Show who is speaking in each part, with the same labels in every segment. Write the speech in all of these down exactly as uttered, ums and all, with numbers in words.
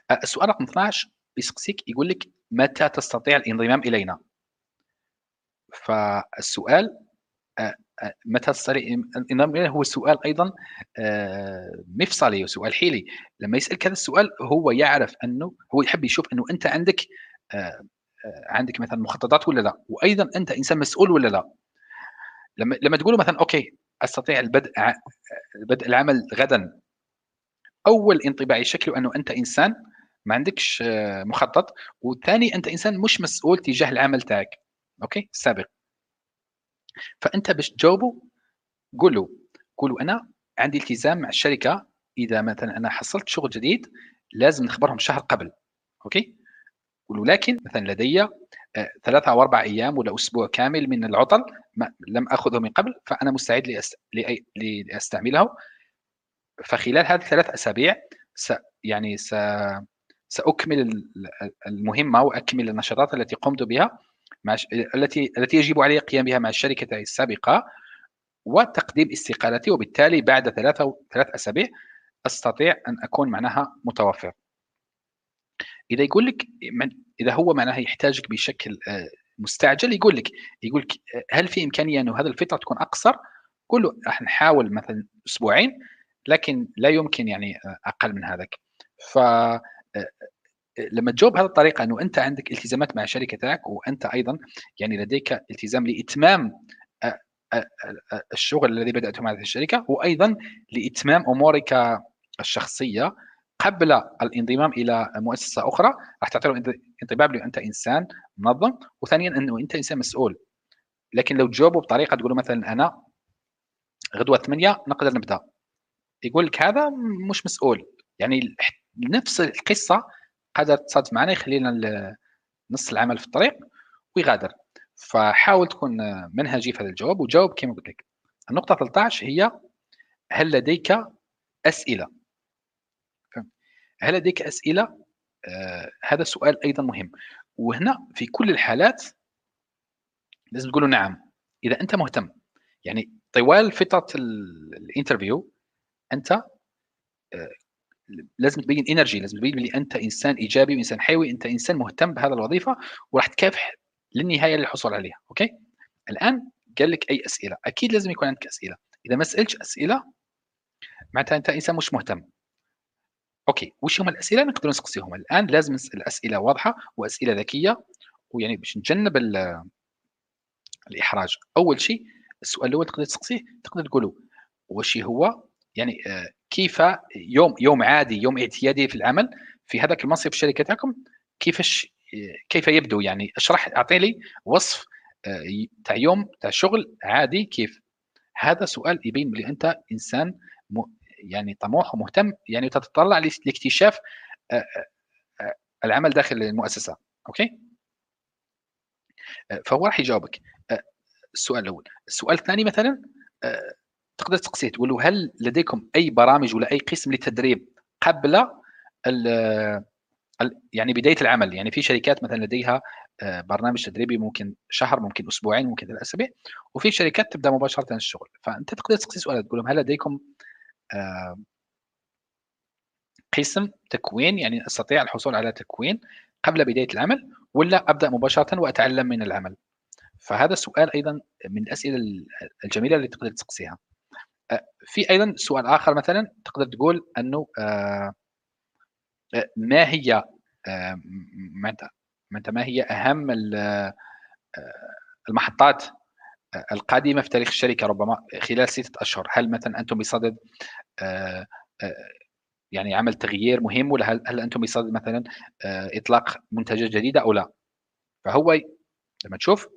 Speaker 1: أ السؤال رقم اثناعش يسقسيك يقول لك: "متى تستطيع الانضمام إلينا؟" فالسؤال أ أ متى تستطيع الان الانضمام إلينا هو سؤال أيضًا آآ مفصلي وسؤال حيلي. لمّا يسألك هذا السؤال هو يعرف أنه هو يحب يشوف أنه أنت عندك آآ آآ عندك مثلًا مخططات والّا لأ، وأيضًا أنت إنسان مسؤول والّا لأ. لمّا لمّا تقول له مثلًا أوكي أستطيع البدء ع بدء العمل غدًا، أول انطباع يشكله أنه أنت إنسان ما عندكش آه، مخطط، وثاني أنت إنسان مش مسؤول تجاه العمل تاعك، أوكي، السابق. فأنت باش تجاوبه قُل له قُل له أنا عندي التزام مع الشركة، إذا مثلًا أنا حصلت شغل جديد لازم نخبرهم شهر قبل، أوكي، قُل له لكن مثلًا لدي آآ ثلاثة أو أربعة أيام والّا أسبوع كامل من العُطل ما لم آخذه من قبل، فأنا مستعد لأس لأي لأستعمله. فخلال هذه الثلاث أسابيع س يعني س سأكمل ال ال المهمة وأكمل النشاطات التي قمت بها مع ش التي التي يجب علي القيام بها مع الشركة السابقة، وتقديم استقالتي، وبالتالي بعد ثلاثة أو ثلاث أسابيع أستطيع أن أكون معناها متوفر. إذا يقول لك من إذا هو معناها يحتاجك بشكل آآ مستعجل يقول لك يقول لك آآ هل في إمكانية إنه هذه الفترة تكون أقصر؟ قُل له راح نحاول مثلًا أسبوعين، لكن لا يمكن يعني أ أقل من هذاك. ف آآ لمّا تجاوب بهذه الطريقة إنه أنت عندك التزامات مع الشركة تاعك، وأنت أيضًا يعني لديك التزام لإتمام أ أ أ الشغل الذي بدأته مع هذه الشركة، وأيضًا لإتمام أمورك الشخصية قبل الانضمام إلى مؤسسة أخرى، راح تعطي له انط انطباع بأنه أنت إنسان منظم، وثانيًا أنه أنت إنسان مسؤول. لكن لو تجاوبه بطريقة تقول له مثلًا أنا غدوة ثمانية نقدر نبدأ، يقول لك هذا مش مسؤول. يعني الح نفس القصة قادرة تصادف معنا يخلي لنا ال نص العمل في الطريق ويغادر. فحاول تكون منهجي في هذا الجواب، وجاوب كما قلت لك. النقطة ثلاثة عشر هي: هل لديك أسئلة؟ فهمت؟ هل لديك أسئلة؟ آآ هذا سؤال أيضًا مهم، وهنا في كل الحالات لازم تقول له نعم، إذا أنت مهتم. يعني طوال فترة ال الinterview أنت آآ لازم تبيّن energy، لازم تبيّن بلي أنت إنسان إيجابي وإنسان حيوي، أنت إنسان مهتم بهذه الوظيفة وراح تكافح للنهاية للحصول عليها، أوكي؟ الآن قال لك أي أسئلة، أكيد لازم يكون عندك أسئلة. إذا ما سألتش أسئلة معناتها أنت إنسان مش مهتم. أوكي، واش هُما الأسئلة نقدروا نسقسيهم. الآن لازم نسأل أسئلة واضحة وأسئلة ذكية، ويعني باش نتجنب ال الإحراج. أول شيء السؤال الأول تقدر تسقسيه، تقدر تقول له واش هو يعني آآ كيف يوم يوم عادي، يوم اعتيادي في العمل في هذاك المنصب في الشركة تاعكم، كيفاش آآ كيف يبدو؟ يعني اشرح أعطي لي وصف آآ ي تاع يوم تاع شغل عادي كيف. هذا سؤال يبين بلي أنت إنسان م يعني طموح ومهتم، يعني تتطلع لاس لاكتشاف آآ آآ العمل داخل المؤسسة، أوكي؟ آآ فهو راح يجاوبك. أ السؤال الأول. السؤال الثاني مثلًا آآ تقدر تسقسيه تقول له: هل لديكم أي برامج والّا أي قسم للتدريب قبل ال ال يعني بداية العمل؟ يعني في شركات مثلًا لديها آآ برنامج تدريبي ممكن شهر، ممكن أسبوعين، ممكن ثلاث أسابيع، وفي شركات تبدأ مباشرة الشغل. فأنت تقدر تسقسي سؤال تقول لهم: هل لديكم آآ قسم تكوين، يعني أستطيع الحصول على تكوين قبل بداية العمل، والّا أبدأ مباشرة وأتعلم من العمل؟ فهذا السؤال أيضًا من الأسئلة ال الجميلة اللي تقدر تسقسيها. أ في أيضًا سؤال آخر مثلًا تقدر تقول إنه آآ أ ما هي آآ معناتها معناتها ما هي أهم ال آآ المحطات أ القادمة في تاريخ الشركة ربما خلال ستة أشهر؟ هل مثلًا أنتم بصدد آآ أ يعني عمل تغيير مهم، والّا هل هل أنتم بصدد مثلًا آآ إطلاق منتجات جديدة أو لا؟ فهو ي لمّا تشوف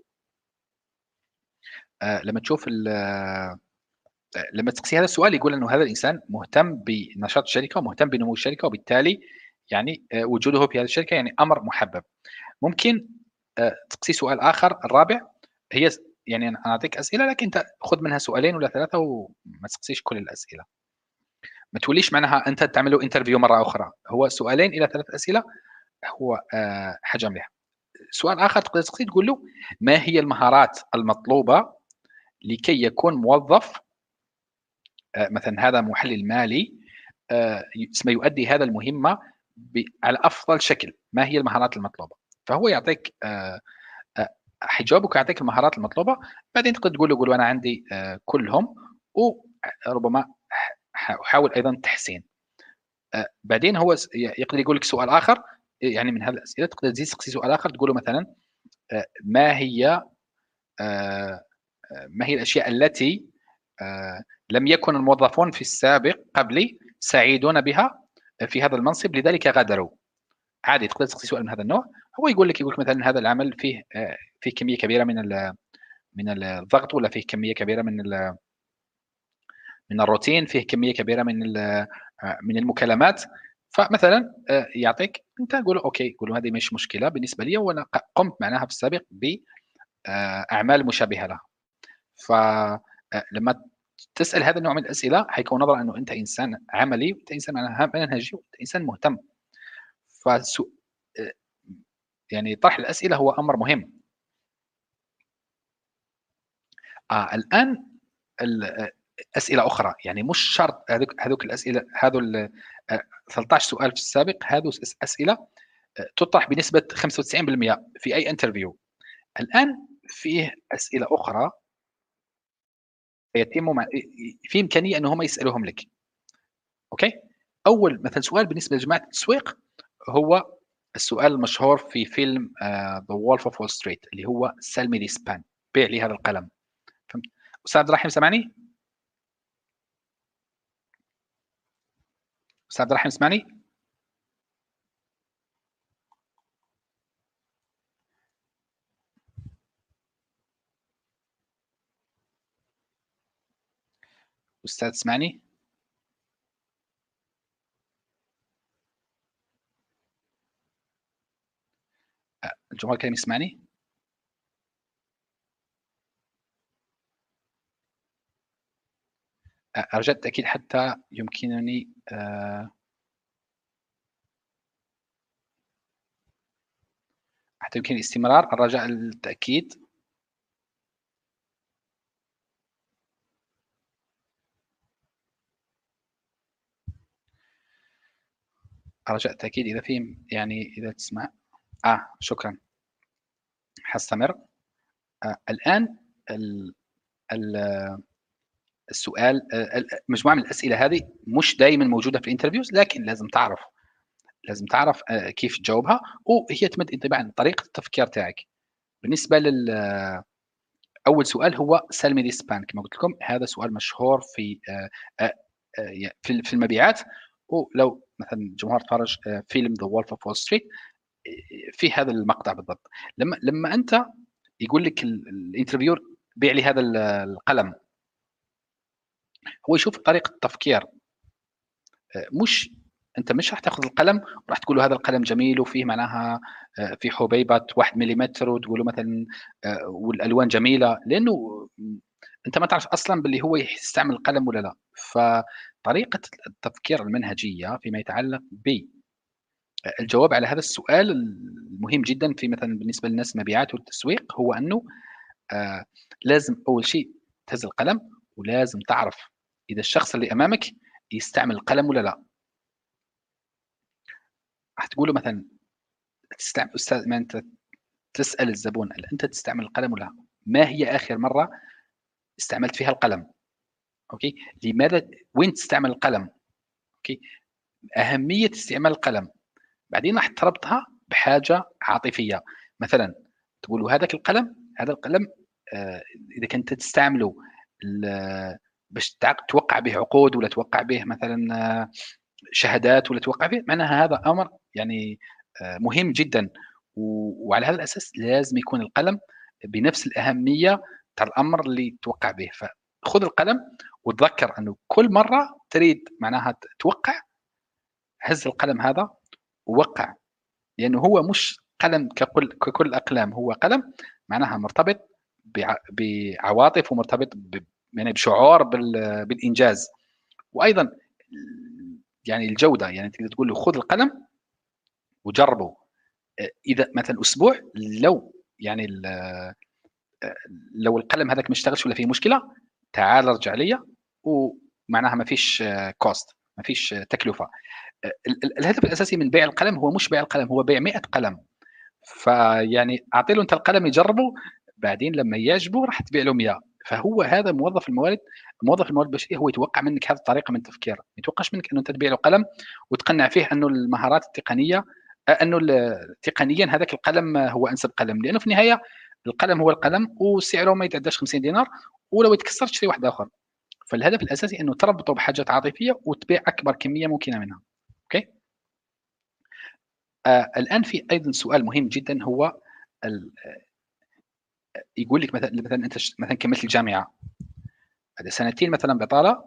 Speaker 1: آآ لمّا تشوف ال آآ لمّا تسقسيه هذا السؤال يقول إنه هذا الإنسان مهتم بنشاط الشركة ومهتم بنمو الشركة، وبالتالي يعني آآ وجوده في هذه الشركة يعني أمر محبب. ممكن آآ تسقسيه سؤال آخر الرابع. هي س يعني أنا أعطيك أسئلة لكن أنت خُذ منها سؤالين والّا ثلاثة وما تسقسيش كل الأسئلة. ما توليش معناها أنت تعمل له interview مرة أخرى. هو سؤالين إلى ثلاث أسئلة هو آآ حاجة مليحة. سؤال آخر تقدر تسقسيه تقول له: ما هي المهارات المطلوبة لكي يكون موظف آآ مثلًا هذا محلل مالي آآ ي سيؤدي هذا المهمة ب على أفضل شكل، ما هي المهارات المطلوبة؟ فهو يعطيك آآ أ حيجاوبك ويعطيك المهارات المطلوبة، بعدين تقدر تقول له قُل له أنا عندي آآ كلهم، وربما ح ح حاول أيضًا تحسين. آآ بعدين هو س ي يقدر يقول لك سؤال آخر، يعني من هذه الأسئلة تقدر تزيد تسقسيه سؤال آخر تقول له مثلًا آآ ما هي آآ ما هي الأشياء التي آآ لم يكن الموظفون في السابق قبلي سعيدون بها في هذا المنصب لذلك غادروا؟ عادي تقدر تسقسي سؤال من هذا النوع، هو يقول لك يقول لك مثلًا هذا العمل فيه آآ فيه كمية كبيرة من ال من ال الضغط، والّا فيه كمية كبيرة من ال من الروتين، فيه كمية كبيرة من ال آآ من المكالمات. فمثلًا آآ يعطيك أنت قُل له أوكي، قُل له هذه مش مشكلة بالنسبة لي، وأنا ق قُمت معناها في السابق ب آآ أعمال مشابهة لها. ف أ لمّا تسأل هذا النوع من الأسئلة حيكون نظرًا إنه أنت إنسان عملي، وأنت إنسان معناها منهجي، وأنت إنسان مهتم. فالسو آآ يعني طرح الأسئلة هو أمر مهم. آه، الآن ال أ أسئلة أخرى، يعني مش شرط هاذوك هاذوك الأسئلة هاذو ال أ ثلاثة عشر سؤال في السابق، هاذو س أسئلة أ تُطرح بنسبة خمسة وتسعين بالمئة في أي interview. الآن فيه أسئلة أخرى يتم مع ي ي في إمكانية إن هم يسألوهم لِك. أوكي؟ أول مثلًا سؤال بالنسبة لجماعة التسويق هو السؤال المشهور في فيلم آآ The Wolf of Wall Street اللي هو sell me this pen، بيع لي هذا القلم. فهمت؟ أستاذ عبد الرحيم سامعني؟ أستاذ عبد الرحيم تسمعني؟ أستاذ تسمعني؟ أ الجمهور الكريم يسمعني؟ أ أرجاء التأكيد حتى يمكنني آآ حتى يمكنني الاستمرار، الرجاء التأكيد. رجاء التأكيد إذا في يعني إذا تسمع. آه، شكرًا، حاستمر. أ الآن ال ال السؤال آآ ال مجموعة من الأسئلة هذه مش دايمًا موجودة في الinterviews، لكن لازم تعرف، لازم تعرف آآ كيف تجاوبها، وهي تمد انطباع عن طريقة التفكير تاعك. بالنسبة لل أول سؤال هو sell me this pen كما قُلت لكم، هذا سؤال مشهور في آآ أ آآ ي في ال في المبيعات. ولو مثلًا الجمهور تفرج آآ فيلم The Wolf of Wall Street آآ فيه هذا المقطع بالضبط. لمّا لمّا أنت يقول لك ال الinterviewer بيع لي هذا ال القلم، هو يشوف طريقة التفكير. آآ مش أنت مش راح تاخذ القلم وراح تقول له هذا القلم جميل وفيه معناها آآ فيه حبيبة واحد مليمتر وتقول له مثلًا آآ والألوان جميلة، لأنه م أنت ما تعرف أصلًا باللي هو يستعمل القلم والّا لأ. فطريقة التفكير المنهجية فيما يتعلق ب أ الجواب على هذا السؤال المهم جدًا في مثلًا بالنسبة للناس المبيعات والتسويق، هو أنه آآ لازم أول شيء تهز القلم، ولازم تعرف إذا الشخص اللي أمامك يستعمل القلم والّا لأ. هتقول له مثلًا تستع أستاذ ما أنت تسأل الزبون هل أنت تستعمل القلم والّا لأ؟ ما هي آخر مرّة استعملت فيها القلم؟ أوكي، لماذا وين تستعمل القلم؟ أوكي، أهمية استعمال القلم، بعدين راح تربطها بحاجة عاطفية. مثلًا تقول له هذاك القلم هذا القلم آآ إذا كنت تستعمله ل باش تع توقّع به عقود والّا توقّع به مثلًا آه، شهادات والّا توقّع به، معناها هذا أمر يعني آآ مهم جدًا. و وعلى هذا الأساس لازم يكون القلم بنفس الأهمية تاع الأمر اللي توقّع به. فخُذ القلم وتذكّر أنه كل مرّة تريد معناها ت توقّع، هز القلم هذا ووقّع، لأنه هو مش قلم ككل ككل الأقلام، هو قلم معناها مرتبط بع بعواطف ومرتبط ب يعني بشعور بال بالإنجاز. وأيضًا يعني الجودة، يعني تقدر تقول له خُذ القلم وجرّبه. أ إذا مثلًا أسبوع لو يعني ال آآ لو القلم هذاك ما اشتغلش والّا فيه مشكلة، تعال ارجع ليّا ومعناها ما فيش cost، ما فيش تكلفة. ال ال الهدف الأساسي من بيع القلم هو مش بيع القلم، هو بيع مئة قلم. فيعني أعطي له أنت القلم يجرّبه، بعدين لمّا يعجبه راح تبيع له مئة. فهو هذا موظف الموارد موظف الموارد البشرية هو يتوقع منك هذه الطريقة من التفكير، ما يتوقعش منك إنه أنت تبيع له قلم وتقنع فيه إنه المهارات التقنية أ إنه ال تقنيًا هذاك القلم هو أنسب قلم، لأنه في النهاية القلم هو القلم وسعره ما يتعداش خمسين دينار، ولو يتكسر تشري واحد آخر. فالهدف الأساسي إنه تربطه بحاجات عاطفية وتبيع أكبر كمية ممكنة منها. أوكي؟ آآ الآن في أيضًا سؤال مهم جدًا هو ال يقول لِك مثلًا مثلًا أنت ش مثلًا كمّلت الجامعة، بعد سنتين مثلًا بطالة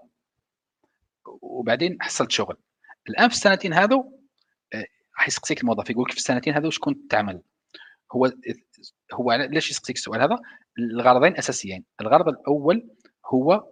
Speaker 1: وبعدين حصلت شغل. الآن في السنتين هاذو آآ راح يسقسيك الموظف يقول لك في السنتين هاذو واش كنت تعمل؟ هو أ هو عل ليش يسقسيك السؤال هذا؟ لغرضين أساسيين. الغرض الأول هو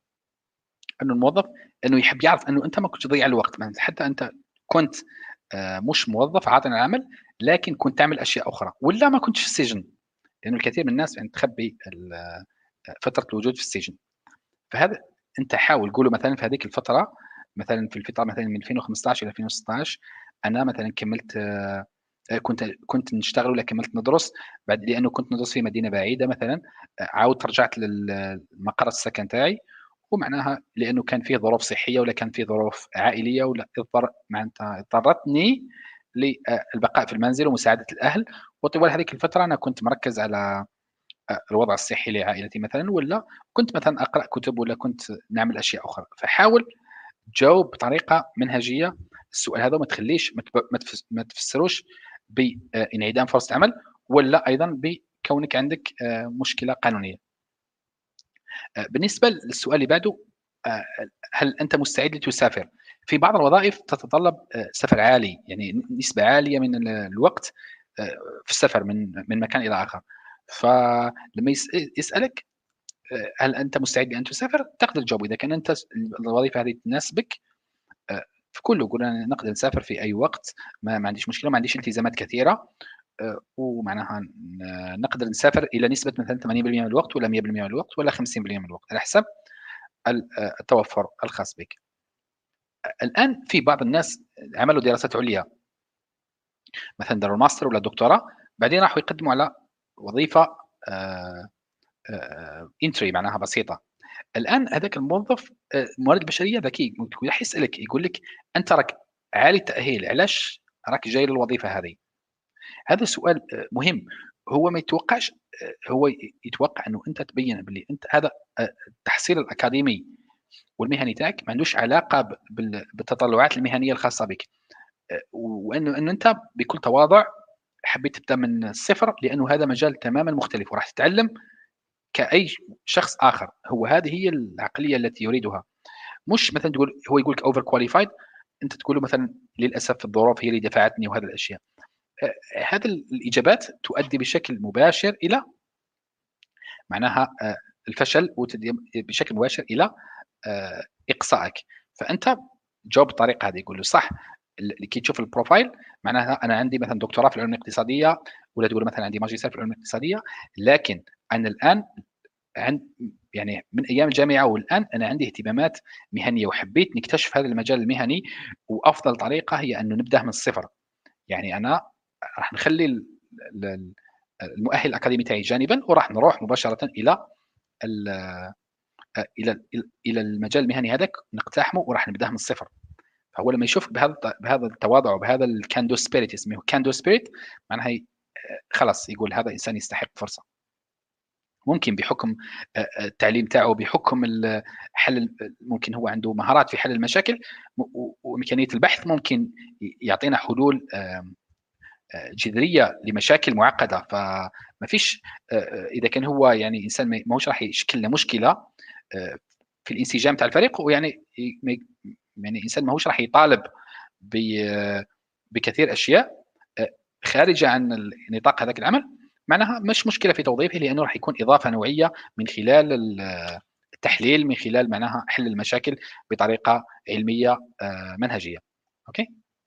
Speaker 1: إنه الموظف إنه يحب يعرف إنه أنت ما كنتش تضيّع الوقت، ما أنت حتى أنت كنت آآ مش موظف عاطل عن العمل، لكن كنت تعمل أشياء أخرى، والّا ما كنتش في السجن، لأنه الكثير من الناس يعني تخبّي ال فترة الوجود في السجن. فهذا أنت حاول قُل له مثلًا في هذيك الفترة، مثلًا في الفترة مثلًا من ألفين وخمسطاش إلى ألفين وستطاش أنا مثلًا كمّلت آآ كنت كنت نشتغل والّا كمّلت ندرس، بعد لأنه كنت ندرس في مدينة بعيدة مثلًا، آآ عاودت رجعت لل مقر السكن تاعي، ومعناها لأنه كان فيه ظروف صحية والّا كان فيه ظروف عائلية والّا اضطر معناتها اضطرتني ل آآ البقاء في المنزل ومساعدة الأهل، وطوال هذيك الفترة أنا كنت مركّز على أ الوضع الصحي لعائلتي مثلًا، والّا كنت مثلًا أقرأ كتب والّا كنت نعمل أشياء أخرى. فحاول تجاوب بطريقة منهجية السؤال هذا وما تخلّيش ما تب ما تفس ما تفسّروش ب آآ انعدام فرص عمل، والّا أيضًا بكونك عندك آآ مشكلة قانونية. آآ بالنسبة للسؤال اللي بعده، آآ هل أنت مستعد لتسافر؟ في بعض الوظائف تتطلب آآ سفر عالي، يعني ن نسبة عالية من ال الوقت آآ في السفر من من مكان إلى آخر. فلمّا يس يسألك آآ هل أنت مستعد لأن تسافر؟ تقدر تجاوب إذا كان أنت س الوظيفة هذه تناسبك آآ فكُلّه قُل أنا نقدر نسافر في أي وقت، ما ما عنديش مشكلة، ما عنديش التزامات كثيرة، آآ ومعناها ن نقدر نسافر إلى نسبة مثلًا ثمانين بالمئة من الوقت والّا مئة بالمئة من الوقت والّا خمسين بالمئة من الوقت، على حسب ال آآ التوفُّر الخاص بك. أ الآن في بعض الناس عملوا دراسات عُليا، مثلًا داروا ماستر والّا دكتوراه، بعدين راحوا يقدّموا على وظيفة آآ آآ entry معناها بسيطة. الآن هذاك الموظف آآ الموارد البشرية ذكي، ممكن راح يسألك يقول لك: "أنت راك عالي التأهيل، علاش راك جاي للوظيفة هذه؟" هذا سؤال آآ مهم. هو ما يتوقعش آآ هو ي يتوقع إنه أنت تبيّن باللي أنت هذا آآ التحصيل الأكاديمي والمهني تاعك ما عندوش علاقة ب بال بالتطلعات المهنية الخاصة بك، آآ وإنه إنه أنت بكل تواضع حبيت تبدأ من الصفر، لأنه هذا مجال تمامًا مختلف وراح تتعلم كأي شخص آخر. هو هذه هي العقلية التي يريدها. مش مثلًا تقول هو يقول لك over qualified، أنت تقول له مثلًا للأسف الظروف هي اللي دفعتني وهذه الأشياء. آآ هذه ال الإجابات تؤدي بشكل مباشر إلى معناها آآ الفشل، وتدي بشكل مباشر إلى آآ إقصائك. فأنت جاوب بالطريقة هذه، قُل له صح ال كي تشوف الprofile معناها أنا عندي مثلًا دكتوراه في العلوم الاقتصادية، والّا تقول مثلًا عندي ماجستير في العلوم الاقتصادية، لكن أنا الآن عن يعني من أيام الجامعة والآن أنا عندي اهتمامات مهنية، وحبيت نكتشف هذا المجال المهني، وأفضل طريقة هي أنه نبدأ من الصفر. يعني أنا راح نخلّي ال ال المؤهل الأكاديمي تاعي جانبًا، وراح نروح مباشرةً إلى ال أ إلى ال إلى المجال المهني هذاك نقتحمه وراح نبداه من الصفر. فهو لمّا يشوفك بهذا الط بهذا التواضع وبهذا الcan do spirit، يسميه can do spirit، معناها ي خلاص يقول هذا إنسان يستحق فرصة. ممكن بحكم آآ التعليم تاعه، بحكم ال حل ال ممكن هو عنده مهارات في حل المشاكل، و و وإمكانية البحث، ممكن ي يعطينا حلول آمم آآ جذرية لمشاكل معقدة. فما فيش آآ إذا كان هو يعني إنسان ما ماهوش راح يشكل لنا مشكلة آآ في الانسجام تاع الفريق، ويعني ي ما ي يعني إنسان ماهوش راح يطالب ب بكثير أشياء آآ خارجة عن ال نطاق هذاك العمل، معناها مش مشكلة في توظيفه، لأنه راح يكون إضافة نوعية من خلال ال التحليل، من خلال معناها حل المشاكل بطريقة علمية آآ منهجية. أوكي؟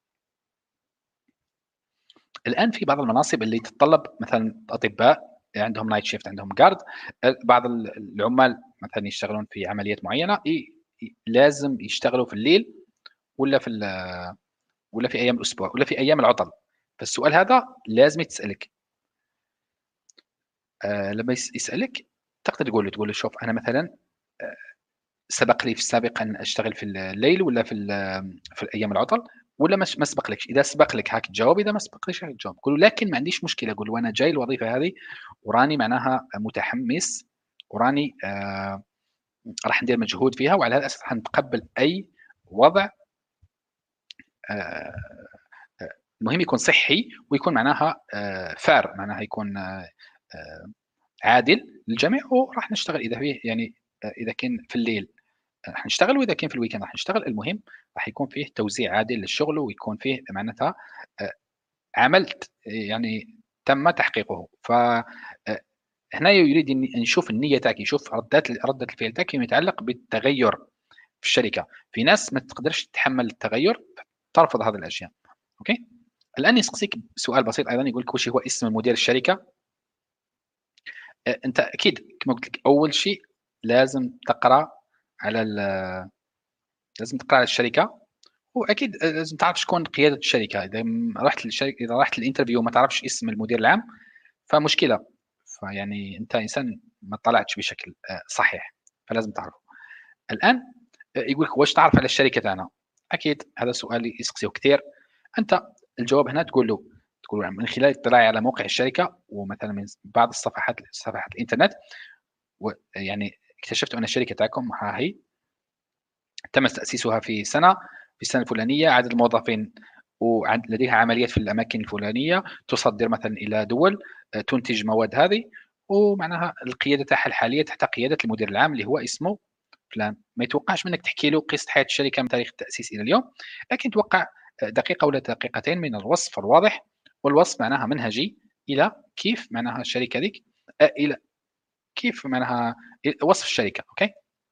Speaker 1: الآن في بعض المناصب اللي تتطلب مثلًا أطباء عندهم night shift، عندهم guard، آآ بعض ال العمال مثلًا يشتغلون في عمليات معينة ي ي لازم يشتغلوا في الليل والّا في ال والّا في أيام الأسبوع والّا في أيام العطل؟ فالسؤال هذا لازم يتسألك. آآ لمّا يس يسألك تقدر تقول له، تقول له شوف أنا مثلًا آآ سبق لي في السابق أن أشتغل في الليل والّا في ال في أيام العطل والّا ما س ما سبقلكش؟ إذا سبق لك هاك تجاوب، إذا ما سبقلكش هاك تجاوب. قُل له لكن ما عنديش مشكلة، قُل له أنا جاي الوظيفة هذه وراني معناها متحمس وراني آآ راح ندير مجهود فيها، وعلى هذا الأساس حنتقبل أي وضع آآ المهم يكون صحّي ويكون معناها آآ fair، معناها يكون آآ عادل للجميع، وراح نشتغل إذا فيه يعني آآ إذا كان في الليل راح نشتغل، وإذا كان في الweekend راح نشتغل. المهم راح يكون فيه توزيع عادل للشغل، ويكون فيه معناتها آآ عمل ت يعني تم تحقيقه. ف آآ هنا يريد أن أن يشوف النية تاعك، يشوف ردات ال ردة الفعل تاعك فيما يتعلق بالتغيُّر في الشركة. في ناس ما تقدرش تتحمّل التغيُّر، ترفض هذه الأشياء. أوكي؟ الآن يسقسيك سؤال بسيط أيضًا، يقول لك واش هو اسم مدير الشركة؟ أ أنت أكيد كما قُلت لك أول شيء لازم تقرا على ال لازم تقرا على الشركة، وأكيد أ لازم تعرف شكون قيادة الشركة. إذا م رُحت للشركة، إذا رُحت للinterview وما تعرفش اسم المدير العام فمشكلة. فيعني أنت إنسان ما اطلعتش بشكل آآ صحيح، فلازم تعرفه. الآن أ يقول لك واش تعرف على الشركة تاعنا؟ أكيد هذا سؤال يسقسيوه كتير. أنت الجواب هنا تقول له، تقول له من خلال اطلاعي على موقع الشركة ومثلًا من س بعض الصفحات صفحات الإنترنت، ويعني اكتشفت أن الشركة تاعكم ها هي تم تأسيسها في سنة، في السنة الفلانية، عدد الموظفين وعد لديها عمليات في الأماكن الفلانية، تصدر مثلًا إلى دول، آآ تنتج مواد هذه، ومعناها القيادة تاعها الحالية تحت قيادة المدير العام اللي هو اسمه فلان. ما يتوقعش منك تحكي له قصة حياة الشركة من تاريخ التأسيس إلى اليوم، لكن توقع آآ دقيقة والّا دقيقتين من الوصف الواضح، والوصف معناها منهجي إلى كيف معناها الشركة ذيك أ إلى كيف معناها أ وصف الشركة. أوكي؟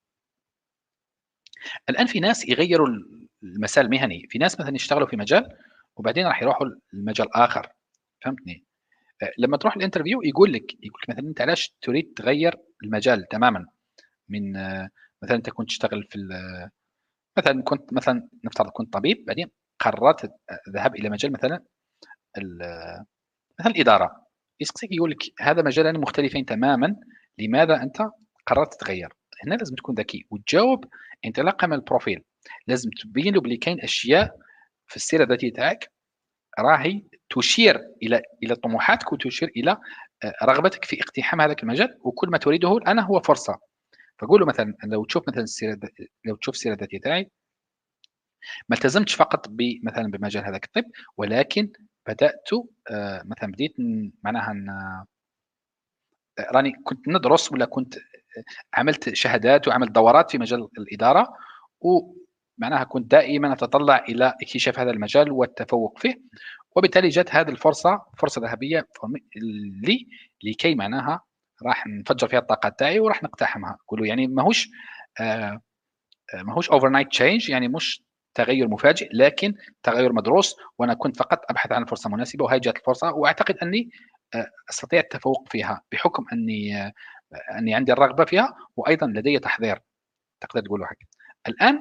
Speaker 1: الآن في ناس يغيّروا ال المسار المهني، في ناس مثلًا يشتغلوا في مجال وبعدين راح يروحوا لمجال آخر. فهمتني؟ آآ لمّا تروح الinterview يقول لك، يقول لك مثلًا أنت علاش تريد تغيّر المجال تمامًا من آه، مثلًا أنت كنت تشتغل في ال مثلًا كنت مثلًا نفترض كنت طبيب، بعدين قررت أ الذهاب إلى مجال مثلًا ال مثلًا الإدارة. يسقسيك يقول لك هذا مجالان مختلفين تمامًا، لماذا أنت قررت تغيّر؟ هنا لازم تكون ذكي وتجاوب انطلاقًا من الprofil. لازم تبين له بلي كاين أشياء في السيرة الذاتية تاعك راهي تشير إلى إلى طموحاتك وتشير إلى آآ رغبتك في اقتحام هذاك المجال، وكل ما تريده الآن هو فرصة. فقُل له مثلًا لو تشوف مثلًا السيرة الذ لو تشوف السيرة الذاتية تاعي، ما التزمتش فقط ب مثلًا بمجال هذاك الطب، ولكن بدأت آآ مثلًا بديت ن معناها ن راني كنت ندرس والّا كنت عملت شهادات وعملت دورات في مجال الإدارة، ومعناها كنت دائمًا أتطلع إلى اكتشاف هذا المجال والتفوق فيه، وبالتالي جات هذه الفرصة، فرصة ذهبية فم لي لكي معناها راح نفجّر فيها الطاقة تاعي وراح نقتحمها. نقولوا يعني ماهوش آآ ماهوش overnight change، يعني مش تغيُّر مفاجئ، لكن تغيُّر مدروس، وأنا كنت فقط أبحث عن فرصة مناسبة وهي جات الفرصة، وأعتقد أني آآ أستطيع التفوق فيها بحكم أني آه، أني عندي الرغبة فيها وأيضًا لدي تحضير. تقدر تقول له هكذا. الآن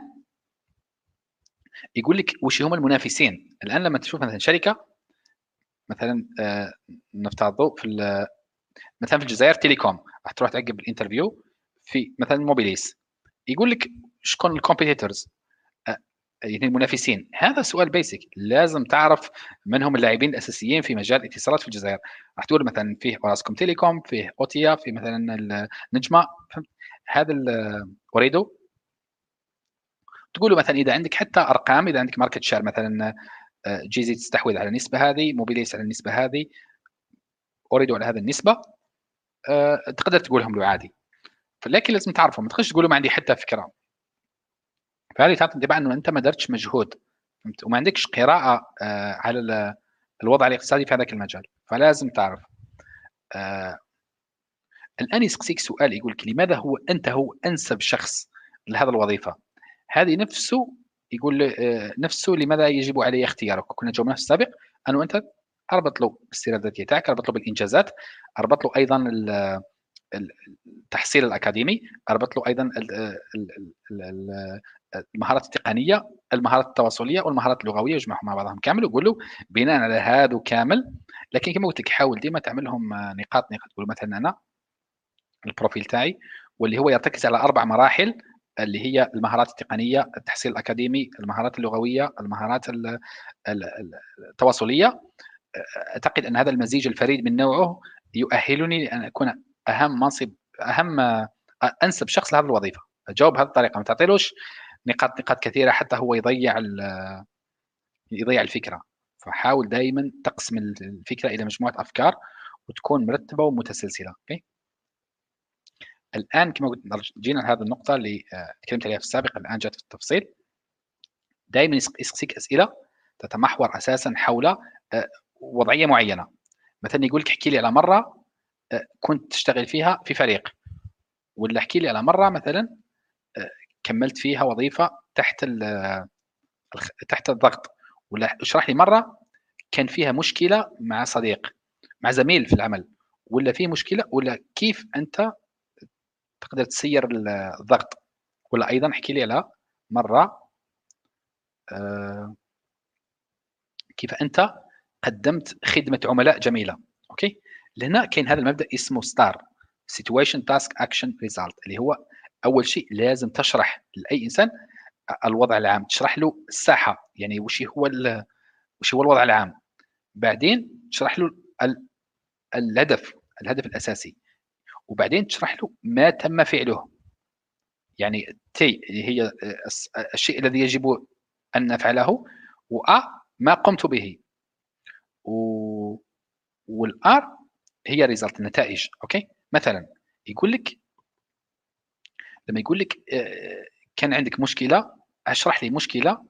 Speaker 1: يقول لِك وش هُم المنافسين. الآن لمّا تشوف مثلًا شركة مثلًا آآ نفترضوا في ال مثلًا في الجزائر تيليكوم، راح تروح تقدّم بالinterview في مثلًا موبيليس، يقول لِك شكون الcompetitors أ يعني المنافسين. هذا سؤال basic، لازم تعرف من هم اللاعبين الأساسيين في مجال الاتصالات في الجزائر. راح تقول مثلًا فيه أوراسكوم تيليكوم، فيه أوتيا، فيه مثلًا ال نجمة. فهمت؟ هذا ال أوريدو. تقول له مثلًا إذا عندك حتى أرقام، إذا عندك market share مثلًا آآ جيزي تستحوذ على النسبة هذه، موبيليس على النسبة هذه، أوريدو على هذه النسبة، آآ تقدر تقولهم له عادي. لكن لازم تعرفهم، ما تخش تقول له ما عندي حتى فكرة. فهذه تعطي انطباع إنه أنت ما درتش مجهود، فهمت؟ وما عندكش قراءة آآ على ال الوضع الاقتصادي في هذاك المجال، فلازم تعرف. آآ الآن يسقسيك سؤال يقول لك لماذا هو أنت هو أنسب شخص لهذه الوظيفة؟ هذه نفسه يقول آآ نفسه لماذا يجب علي اختيارك؟ كنا جاوبناه في السابق أنه أنت اربط له بالسيرة الذاتية تاعك، اربط له بالإنجازات، اربط له أيضًا ال ال التحصيل الأكاديمي، اربط له أيضًا ال ال ال ال المهارات التقنية، المهارات التواصليه والمهارات اللغويه يجمعهم مع بعضهم كامل، وقول له بناء على هادو كامل. لكن كما قلت لك حاول ديما تعمل لهم نقاط نقاط. تقول مثلا انا البروفيل تاعي واللي هو يرتكز على اربع مراحل، اللي هي المهارات التقنيه، التحصيل الاكاديمي، المهارات اللغويه، المهارات ال- ال- ال- التواصليه. اعتقد ان هذا المزيج الفريد من نوعه يؤهلني لان اكون اهم منصب، اهم انسب شخص لهذه الوظيفه. جاوب بهذه الطريقه، ما تعطيلوش نقاط نقاط كثيره حتى هو يضيع يضيع الفكره. فحاول دائما تقسم الفكره الى مجموعه افكار وتكون مرتبه ومتسلسله. اوكي. الان كما قلت جينا لهذه النقطه اللي تكلمت عليها في السابق، الان جات في التفصيل. دائما يسقسيك اسئله تتمحور اساسا حول وضعيه معينه. مثلا يقول لك احكي لي على مره كنت تشتغل فيها في فريق، ولا احكي لي على مره مثلا كملت فيها وظيفه تحت تحت الضغط، ولا اشرح لي مره كان فيها مشكله مع صديق، مع زميل في العمل، ولا في مشكله، ولا كيف انت تقدر تسير الضغط. ولا ايضا احكي لي على مره كيف انت قدمت خدمه عملاء جميله. اوكي. لهنا كاين هذا المبدا اسمه ستار، سيتويشن تاسك اكشن ريزلت، اللي هو اول شيء لازم تشرح لاي انسان الوضع العام، تشرح له الساحه، يعني وش هو وش هو الوضع العام. بعدين تشرح له الهدف الهدف الاساسي، وبعدين تشرح له ما تم فعله، يعني تي اللي هي الشيء الذي يجب ان نفعله، وأ ما قمت به، و والآر هي ريزلت النتائج. اوكي. مثلا يقول لك لما يقول لك كان عندك مشكله، اشرح لي مشكله،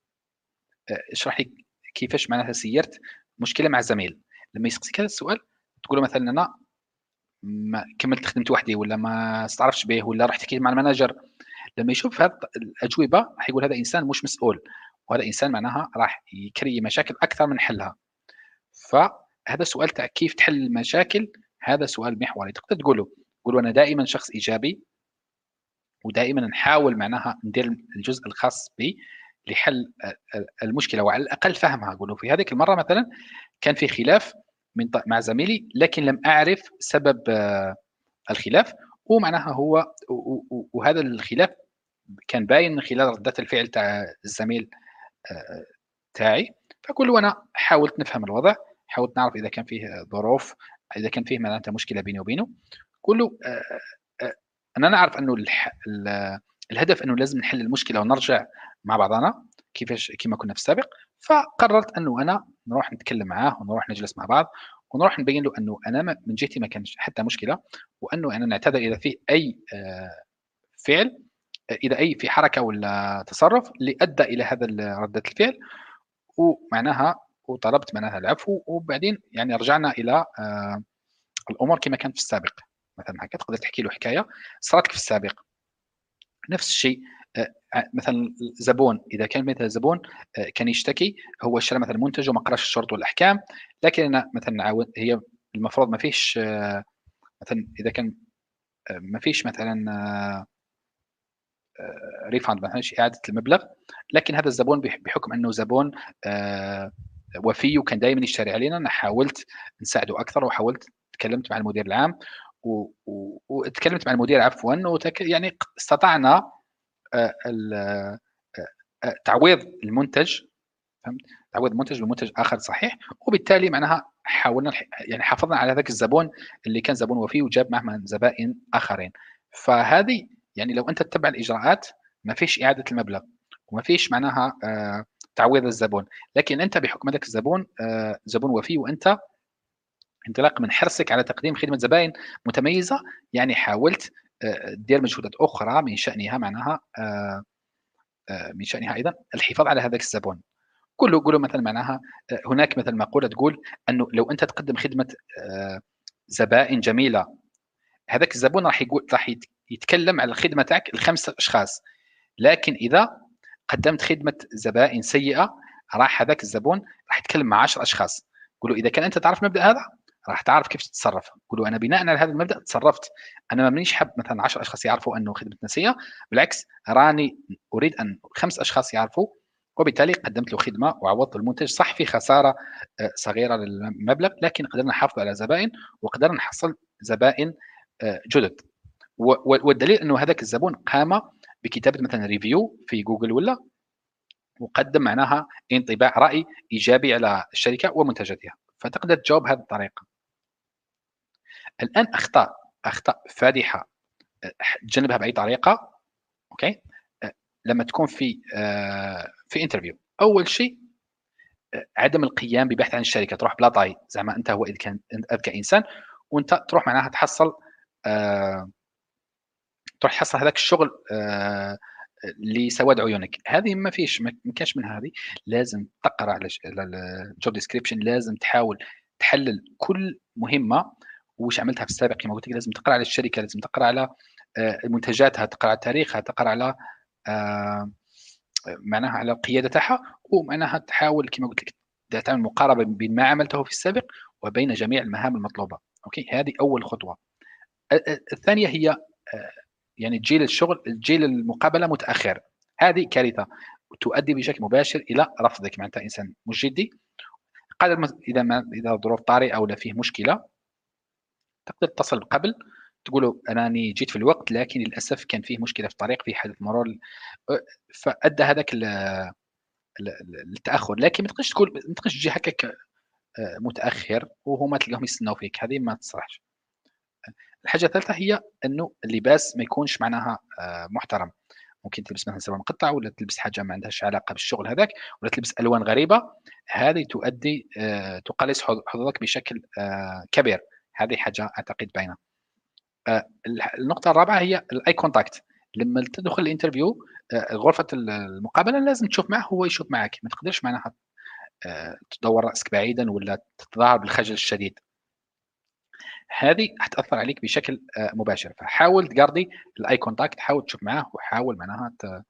Speaker 1: اشرح لي كيفاش معناتها سيرت مشكله مع زميل. لما يسقسيك هذا السؤال تقول له مثلا انا ما كملت خدمت وحدي، ولا ما استعرفتش به، ولا رحت حكيت مع المانجر. لما يشوف هذه الاجوبه راح يقول هذا انسان مش مسؤول، وهذا انسان معناها راح يكري مشاكل اكثر من حلها. فهذا السؤال تاع كيف تحل المشاكل هذا سؤال محوري. تقدر تقول له انا دائما شخص ايجابي، ودائما نحاول معناها ندير الجزء الخاص بي لحل المشكله وعلى الاقل فهمها. اقول له في هذيك المره مثلا كان في خلاف من مع زميلي، لكن لم اعرف سبب الخلاف، ومعناها هو وهذا الخلاف كان باين من خلال ردات الفعل تاع الزميل تاعي. فاقول له انا حاولت نفهم الوضع، حاولت نعرف اذا كان فيه ظروف، اذا كان فيه معناتها مشكله بيني وبينه. قول له انا نعرف انه الهدف انه لازم نحل المشكله ونرجع مع بعضنا كيفاش كما كنا في السابق. فقررت انه انا نروح نتكلم معاه ونروح نجلس مع بعض ونروح نبين له انه انا من جهتي ما كانش حتى مشكله، وانه انا نعتذر اذا فيه اي فعل، اذا اي في حركه ولا تصرف اللي ادى الى هذا رده الفعل، ومعناها وطلبت معناها العفو. وبعدين يعني رجعنا الى الامور كما كانت في السابق. مثلا هكا تقدر تحكي له حكايه صارت لك في السابق. نفس الشيء مثلا زبون، اذا كان مثلا زبون كان يشتكي، هو اشترى مثلا منتج وما قراش الشروط والاحكام، لكن انا مثلا نعاود، هي المفروض ما فيش مثلا اذا كان ما فيش مثلا ريفاند، ما فيش اعاده المبلغ، لكن هذا الزبون بحكم انه زبون وفي وكان دائما يشتري علينا، انا حاولت نساعده اكثر، وحاولت تكلمت مع المدير العام وتكلمت مع المدير عفوا، يعني استطعنا تعويض المنتج، فهمت؟ تعويض المنتج بمنتج اخر صحيح، وبالتالي معناها حاولنا يعني حافظنا على ذاك الزبون اللي كان زبون وفي وجاب معه زبائن اخرين. فهذه يعني لو انت تتبع الاجراءات ما فيش اعاده المبلغ وما فيش معناها تعويض الزبون، لكن انت بحكم ذاك الزبون زبون وفي، وانت انطلاقا من حرصك على تقديم خدمه زبائن متميزه، يعني حاولت دير مجهودات اخرى من شانها معناها من شانها ايضا الحفاظ على هذاك الزبون. قول له قول له مثلا معناها هناك مثل مقوله تقول انه لو انت تقدم خدمه زبائن جميله، هذاك الزبون راح يقول راح يتكلم على الخدمه تاعك لخمسه اشخاص، لكن اذا قدمت خدمه زبائن سيئه راح هذاك الزبون راح يتكلم مع عشرة اشخاص. قول له اذا كان انت تعرف المبدا هذا راح تعرف كيف تتصرف. قول له انا بناء على هذا المبدا تصرفت، انا ما مانيش حاب مثلا عشرة اشخاص يعرفوا انه خدمتنا سيئه، بالعكس راني اريد ان خمس اشخاص يعرفوا وبالتالي قدمت له خدمة وعوضت المنتج، صح في خسارة آآ صغيرة للمبلغ، لكن قدرنا نحافظ على زبائن وقدرنا نحصّل زبائن آآ جُدد. و و والدليل إنه هذاك الزبون قام بكتابة مثلًا review في جوجل والّا، وقدّم معناها انطباع رأي إيجابي على الشركة ومنتجاتها، فتقدر تجاوب بهذه الطريقة. الآن أخطاء، أخطاء فادحة أ ح تجنبها بأي طريقة، أوكي، أ لمّا تكون في آآ في interview، أول شيء آآ عدم القيام ببحث عن الشركة، تروح بلا طاي، زعما أنت هو إذ كان أنت أذكى إنسان وأنت تروح معناها تحصّل آآ تروح تحصّل هذاك الشغل آآ لسواد عيونك، هذه ما فيش ما ما كاينش من هذه، لازم تقرا على ش على ال الjob description، لازم تحاول تحلّل كل مهمة واش عملتها في السابق كما قُلت لك، لازم تقرا على الشركة، لازم تقرا على آآ منتجاتها، تقرا على تاريخها، تقرا على آآ معناها على القيادة تاعها، ومعناها تحاول كما قُلت لك ت تعمل مقاربة بين ما عملته في السابق وبين جميع المهام المطلوبة، أوكي، هذه أول خطوة. أ أ الثانية هي آآ يعني تجي للشغل تجي للمقابلة متأخر، هذه كارثة، وتؤدي بشكل مباشر إلى رفضك، معناتها إنسان مش جدي. قادر مث إذا ما إذا الظروف طارئة والّا فيه مشكلة، تقدر تتصل قبل تقول له أنا راني جيت في الوقت، لكن للأسف كان فيه مشكلة في الطريق، في حادث مرور أ فأدى هذاك ال ال ال التأخر، لكن ما تقدرش تقول ما تقدرش تجي هكاك آآ متأخر وهُم تلقاهم يستناو فيك، هذه ما تصلحش. الحاجة الثالثة هي إنه اللباس ما يكونش معناها آآ محترم، ممكن تلبس مثلًا سروال مقطّع والّا تلبس حاجة ما عندهاش علاقة بالشغل هذاك، والّا تلبس ألوان غريبة، هذه تؤدي آآ تقلص حظ حظوظك بشكل آآ كبير، هذه حاجة أعتقد باينة. آآ الح النقطة الرابعة هي الeye contact، لمّا تدخل الinterview آآ غرفة ال المقابلة لازم تشوف معاه وهو يشوف معاك، ما تقدرش معناها آآ تدوّر رأسك بعيدًا والّا تتظاهر بالخجل الشديد. هذه حتأثّر عليك بشكل آآ مباشر، فحاول تجاردي الeye contact، حاول تشوف معاه وحاول معناها ت آآ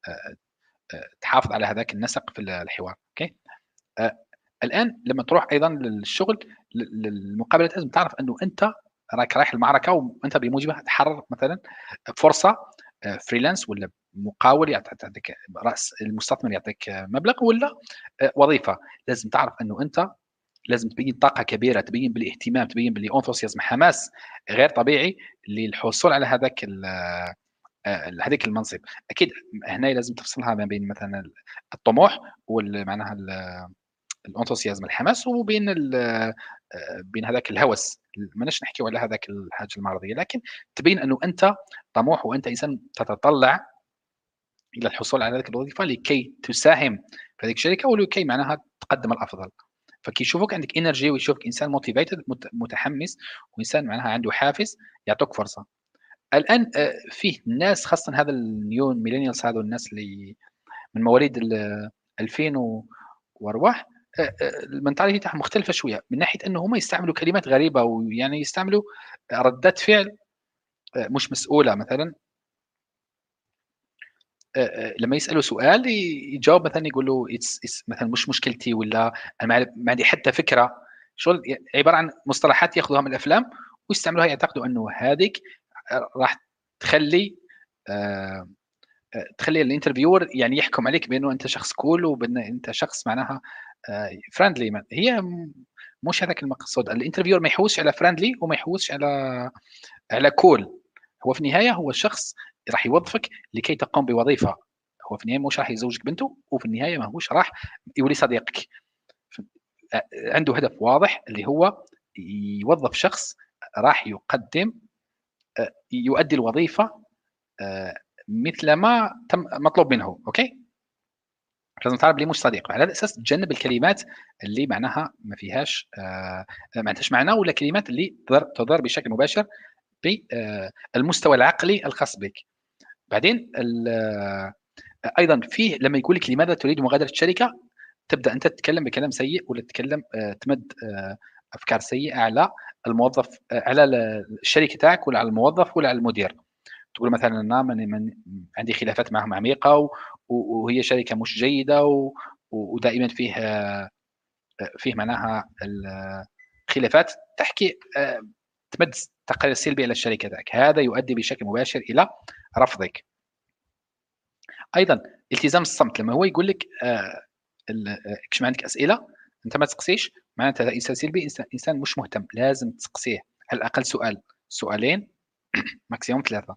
Speaker 1: آآ تحافظ على هذاك النسق في ال الحوار، أوكي؟ آآ الآن لمّا تروح أيضًا للشغل ل للمقابلة، لازم تعرف إنه أنت راك رايح المعركة وأنت بموجبها تحرّر مثلًا فرصة آآ freelance والّا مقاول يعط تعطيك رأس المستثمر يعطيك آه، مبلغ والّا آآ وظيفة، لازم تعرف إنه أنت لازم تبيّن طاقة كبيرة، تبيّن بالاهتمام، تبيّن بالenthusiasm، حماس غير طبيعي للحصول على هذاك ال آآ لهذيك المنصب. أكيد هنايا لازم تفصلها ما بين مثلًا ال الطموح وال معناها ال الenthusiasm الحماس، وبين ال آآ بين هذاك الهوس، ماناش نحكيو على هذاك الحاجة المرضية، لكن تبين أنه أنت طموح وأنت إنسان تتطلع إلى الحصول على هذيك الوظيفة لكي تساهم في هذيك الشركة ولكي معناها تقدم الأفضل. فكيشوفوك عندك energy ويشوفك إنسان motivated مت متحمس وإنسان معناها عنده حافز، يعطوك فرصة. الآن آآ فيه ناس خاصةً هذا الnew millennials، هذو الناس اللي من مواليد ال ألفين و وأرواح، آآ آآ الmentality تاعهم مختلفة شوية، من ناحية إنه هُم يستعملوا كلمات غريبة، ويعني يستعملوا ردات فعل آآ مش مسؤولة. مثلًا آآ آآ لمّا يسألوا سؤال ي يجاوب مثلًا يقول له it's it's مثلًا مش مشكلتي، والّا أنا ما عل ما عندي حتى فكرة، شغل ي عبارة عن مصطلحات ياخذوها من الأفلام ويستعملوها، يعتقدوا إنه هذيك آآ راح تخلّي آآ آآ تخلّي الinterviewer يعني يحكم عليك بأنه أنت شخص cool وبأن أنت شخص معناها آآ friendly. م هي م مش هذاك المقصود، الinterviewer ما يحوسش على friendly وما يحوسش على على cool، هو في النهاية هو شخص راح يوظّفك لكي تقوم بوظيفة، هو في النهاية مش راح يزوّجك بنته، وفي النهاية ماهوش راح يولي صديقك. ف أ عنده هدف واضح اللي هو يوظّف شخص راح يقدّم أ يؤدّي الوظيفة آآ مثل ما تم مطلوب منه، أوكي؟ لازم تعرف بلي مش صديق، على هذا الأساس تجنّب الكلمات اللي معناها ما فيهاش آآ ما عندهاش معنى، ولا كلمات اللي تضر تضر بشكل مباشر ب آآ المستوى العقلي الخاص بك. بعدين ال أيضًا فيه لمّا يقول لك لماذا تريد مغادرة الشركة، تبدأ أنت تتكلم بكلام سيء والّا تتكلم آآ تمَدّ آآ أفكار سيئة على الموظف، آآ على ال الشركة تاعك والّا على الموظف والّا على المدير. تقول مثلًا أنا ماني ماني عندي خلافات معاهم عميقة، و و وهي شركة مش جيدة، و ودائمًا فيه آآ فيه معناها ال خلافات، تحكي آآ تمَدّ تقرير سلبي على الشركة تاعك، هذا يؤدي بشكل مباشر إلى رفضك. أيضًا التزام الصمت، لمّا هو يقول لك آآ ال آآ كاش ما عندك أسئلة، أنت ما تسقسيش، معناتها هذا إنسان سلبي، إنسان إنسان مش مهتم، لازم تسقسيه على الأقل سؤال، سؤالين maximum ثلاثة.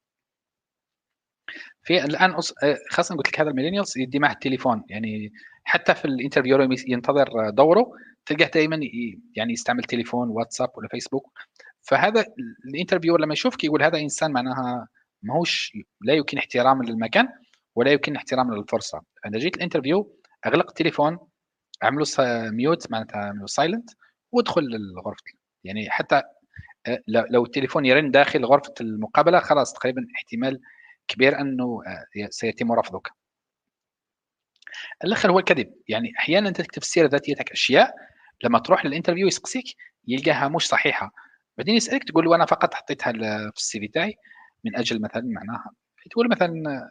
Speaker 1: في الآن أص آآ خاصةً قُلت لك هذا الmillennials يدّي معاه التليفون، يعني حتى في الinterview لمّا يس ينتظر دوره، تلقاه دايمًا ي يعني يستعمل تليفون، واتساب والّا فيسبوك، فهذا ال الinterviewer لمّا يشوفك يقول هذا إنسان معناها ماهوش لا يمكن احترام للمكان، ولا يمكن احترام للفرصة. أنا جيت الinterview أغلق التليفون، أعمله ص mute معناتها أعمله silent وادخل للغرفة، يعني حتى آآ ل لو التليفون يرن داخل غرفة المقابلة خلاص تقريبًا احتمال كبير أنه آآ ي سيتم رفضك. الآخر هو الكذب، يعني أحيانًا أنت تكتب في السيرة الذاتية تاعك أشياء لمّا تروح للinterview يسقسيك يلقاها مش صحيحة، بعدين يسألك تقول له أنا فقط حطيتها ل في الCV تاعي من أجل مثلًا معناها تقول مثلًا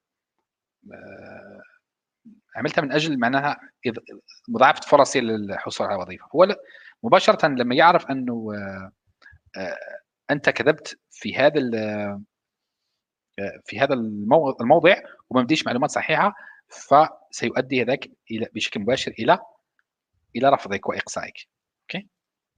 Speaker 1: آآ عملتها من أجل معناها إض مضاعفة فرصي للحصول على وظيفة، هو ل مباشرةً لمّا يعرف أنه آآ أنت كذبت في هذا ال آآ في هذا المو الموضع وما مديتش معلومات صحيحة، فسيؤدي ذاك إلى بشكل مباشر إلى إلى رفضِك وإقصائِك. أوكي؟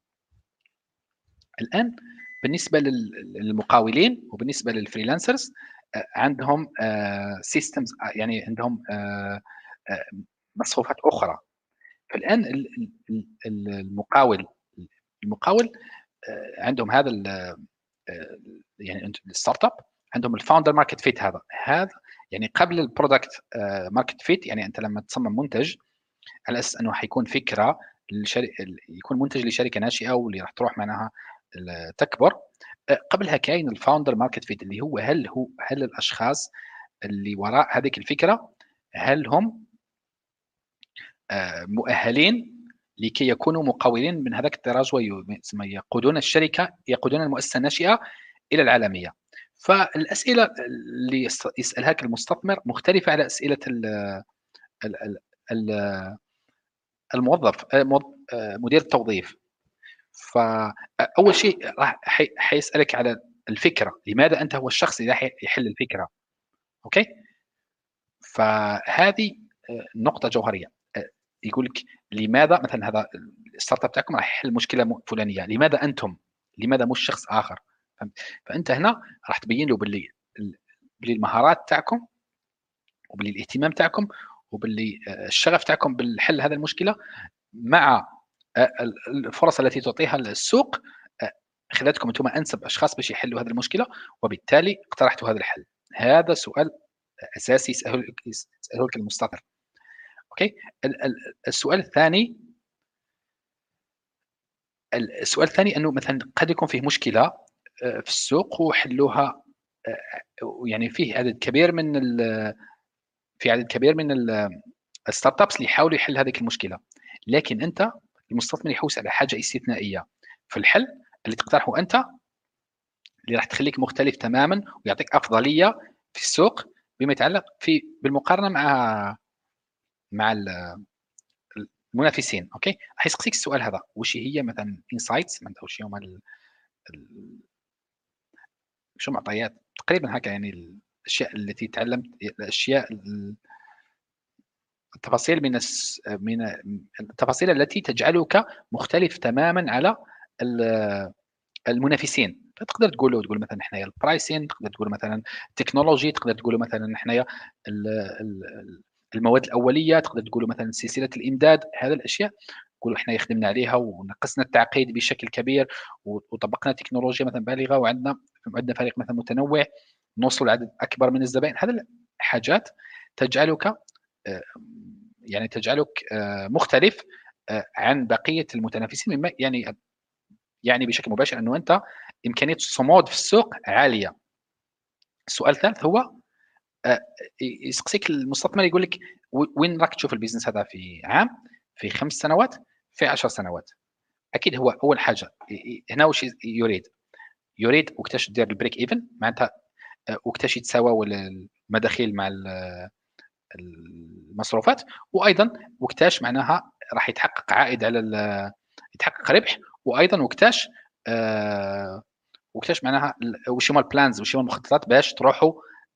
Speaker 1: الآن بالنسبة لل للمقاولين وبالنسبة للfreelancers آآ عندهم آآ systems أ يعني عندهم آآ آآ مصفوفات أخرى، فالآن ال ال ال ال المقاول المقاول آآ عندهم هذا ال آآ يعني أنت الstartup عندهم الfounder market fit هذا، هذا يعني قبل الproduct آآ market fit يعني أنت لمّا تصمم منتج على أساس إنه حيكون فكرة لشر ال يكون منتج لشركة ناشئة واللي راح تروح معناها ال تكبر، أ قبلها كاين الfounder market fit اللي هو هل هو هل الأشخاص اللي وراء هذيك الفكرة هل هم آآ مؤهلين لكي يكونوا مقاولين من هذاك الطراز وي تسمى يقودون الشركة يقودون المؤسسة الناشئة إلى العالمية. فالأسئلة اللي يس يسألها لك المستثمر مختلفة على أسئلة ال ال ال ال الموظف آآ موظ آآ مدير التوظيف. فأول شيء راح حي حيسألك على الفكرة، لماذا أنت هو الشخص اللي راح يحل الفكرة، أوكي؟ فهذه آآ نقطة جوهرية، آآ يقول لك لماذا مثلًا هذا الstartup تاعكم راح يحل مشكلة م فلانية، لماذا أنتم؟ لماذا مش شخص آخر؟ فهمت؟ فأنت هنا راح تبين له باللي ال باللي المهارات تاعكم وباللي الاهتمام تاعكم وباللي آآ الشغف تاعكم بالحل هذه المشكلة مع أ ال الفرص التي تعطيها السوق أ خلّتكم أنتم أنسب أشخاص باش يحلّوا هذه المشكلة، وبالتالي اقترحتوا هذا الحل. هذا سؤال أساسي يسأله لك يس يسأله لك المستثمر، أوكي؟ ال ال السؤال الثاني ال السؤال الثاني أنه مثلًا قد يكون فيه مشكلة آآ في السوق وحلّوها آآ ويعني فيه عدد كبير من ال في عدد كبير من ال الstartups اللي يحاولوا يحل هذيك المشكلة، لكن أنت المستثمر يحوس على حاجة استثنائية في الحل اللي تقترحه أنت، اللي راح تخلّيك مختلف تمامًا ويعطيك أفضلية في السوق بما يتعلق في بالمقارنة مع مع ال المنافسين، أوكي؟ راح يسقسيك السؤال هذا، واش هي مثلًا insights معناتها واش هُما ال ال شو معطيات تقريبًا هكا يعني الأشياء التي تعلمت الأشياء ال التفاصيل من الس من التفاصيل التي تجعلك مختلف تمامًا على ال المنافسين، فتقدر تقول له تقول مثلًا حنايا الpricing تقدر تقول مثلًا التكنولوجي، تقدر تقول مثلًا حنايا ال ال ال المواد الأولية، تقدر تقول مثلًا سلسلة الإمداد، هذه الأشياء نقولوا حنايا خدمنا عليها ونقصنا التعقيد بشكل كبير و وطبقنا تكنولوجيا مثلًا بالغة وعندنا عندنا فريق مثلًا متنوع، نوصل لعدد أكبر من الزبائن، هذه الحاجات تجعلك آآ يعني تجعلك آآ مختلف آآ عن بقية المتنافسين مما يعني يعني بشكل مباشر أنه أنت إمكانية الصمود في السوق عالية. السؤال الثالث هو آآ ي يسقسيك المستثمر يقول لك و وين راك تشوف الbusiness هذا في عام، في خمس سنوات، في عشر سنوات؟ أكيد هو أول حاجة ي ي هنا واش ي يريد، يريد وقتاش دير الbreak even معناتها آآ وقتاش يتساواو ال المداخيل مع ال المصروفات، وأيضًا وقتاش معناها راح يتحقق عائد على ال يتحقق ربح، وأيضًا وقتاش آآ وقتاش معناها ال واش هُما الplans واش هُما المخططات باش تروحوا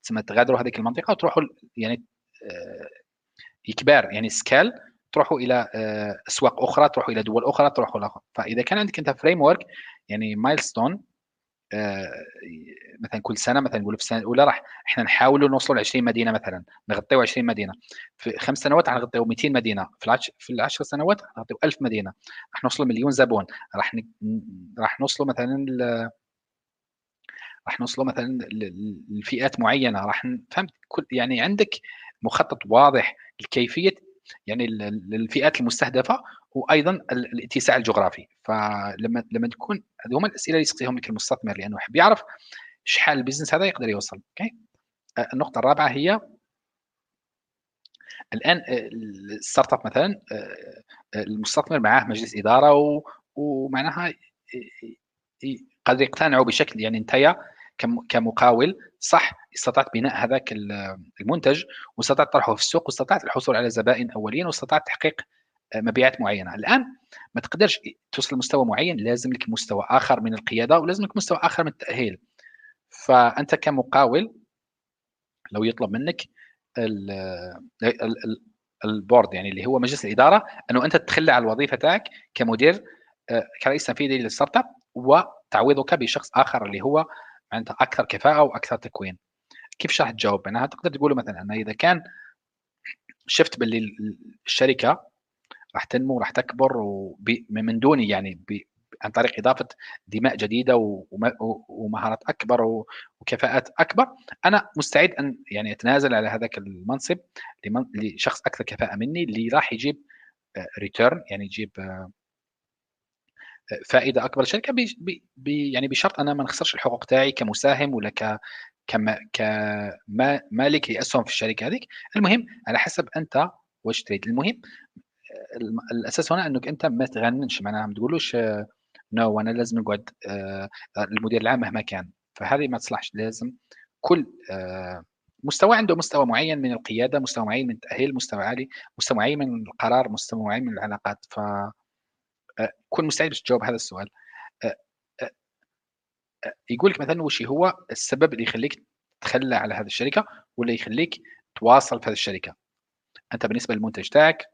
Speaker 1: تسمى تغادروا هذيك المنطقة وتروحوا ل يعني آآ إكبار يعني scale تروحوا إلى آآ أسواق أخرى، تروحوا إلى دول أخرى، تروحوا لآخر. فإذا كان عندك أنت framework يعني milestone آآ مثلًا كل سنة مثلًا نقولوا في السنة الأولى راح إحنا نحاولوا نوصلوا لعشرين مدينة مثلًا، نغطيوا عشرين مدينة، في خمس سنوات راح نغطيوا مئتين مدينة، في العش في العشر سنوات راح نغطيوا ألف مدينة، راح نوصلوا مليون زبون، راح ن راح نوصلوا مثلًا ل راح نوصلوا مثلًا ل ل لفئات معيّنة، راح ن فهمت كل يعني عندك مخطط واضح لكيفية يعني ال ال الفئات المستهدفة، وأيضًا ال الاتساع الجغرافي. فلمّا لمّا تكون هذو هُم الأسئلة اللي يسقسيهم لك المستثمر، لأنه يحب يعرف شحال الbusiness هذا يقدر يوصل، أوكي. أ النقطة الرابعة هي الآن آآ ال الstartup مثلًا آآ المستثمر معاه مجلس إدارة و ومعناها ي ي قد يقتنعوا بشكل يعني أنتَ كم كمقاول صح استطعت بناء هذاك ال المنتج واستطعت طرحه في السوق واستطعت الحصول على زبائن أوليًا واستطعت تحقيق آآ مبيعات معيّنة. الآن ما تقدرش أ توصل لمستوى معيّن، لازم لك مستوى آخر من القيادة ولازم لك مستوى آخر من التأهيل. فأنت كمقاول لو يطلب منك ال ال ال الboard يعني اللي هو مجلس الإدارة، أنه أنت تتخلى عن الوظيفة تاعك كمدير آآ كرئيس تنفيذي للstartup وتعويضك بشخص آخر اللي هو معناتها أكثر كفاءة وأكثر تكوين. كيفاش راح تجاوب؟ معناها تقدر تقول له مثلًا أنا إذا كان شفت باللي ال ال الشركة راح تنمو وراح تكبر وب من دوني يعني ب عن طريق إضافة دماء جديدة وم و ومهارات أكبر و وكفاءات أكبر، أنا مستعد أن يعني أتنازل على هذاك المنصب لمن لشخص أكثر كفاءة مني اللي راح يجيب آآ return يعني يجيب آآ فائدة أكبر للشركة بش ب ب يعني بشرط أنا ما نخسرش الحقوق تاعي كمساهم ولا ك كم كما مالك لأسهم في الشركة هذيك. المهم على حسب أنت واش تريد. المهم الم الأساس هنا إنك أنت ما تغنّنش، معناها ما تقولوش no أنا لازم نقعد آآ المدير العام مهما كان، فهذه ما تصلحش. لازم كل آآ مستوى عنده مستوى معيّن من القيادة، مستوى معيّن من التأهيل، مستوى عالي، مستوى معيّن من القرار، مستوى معيّن من العلاقات. ف أ كن مستعد باش تجاوب هذا السؤال. أ أ أ يقول لك مثلًا وش هو السبب اللي يخلّيك تتخلى على هذه الشركة والّا يخلّيك تواصل في هذه الشركة؟ أنت بالنسبة للمنتج تاعك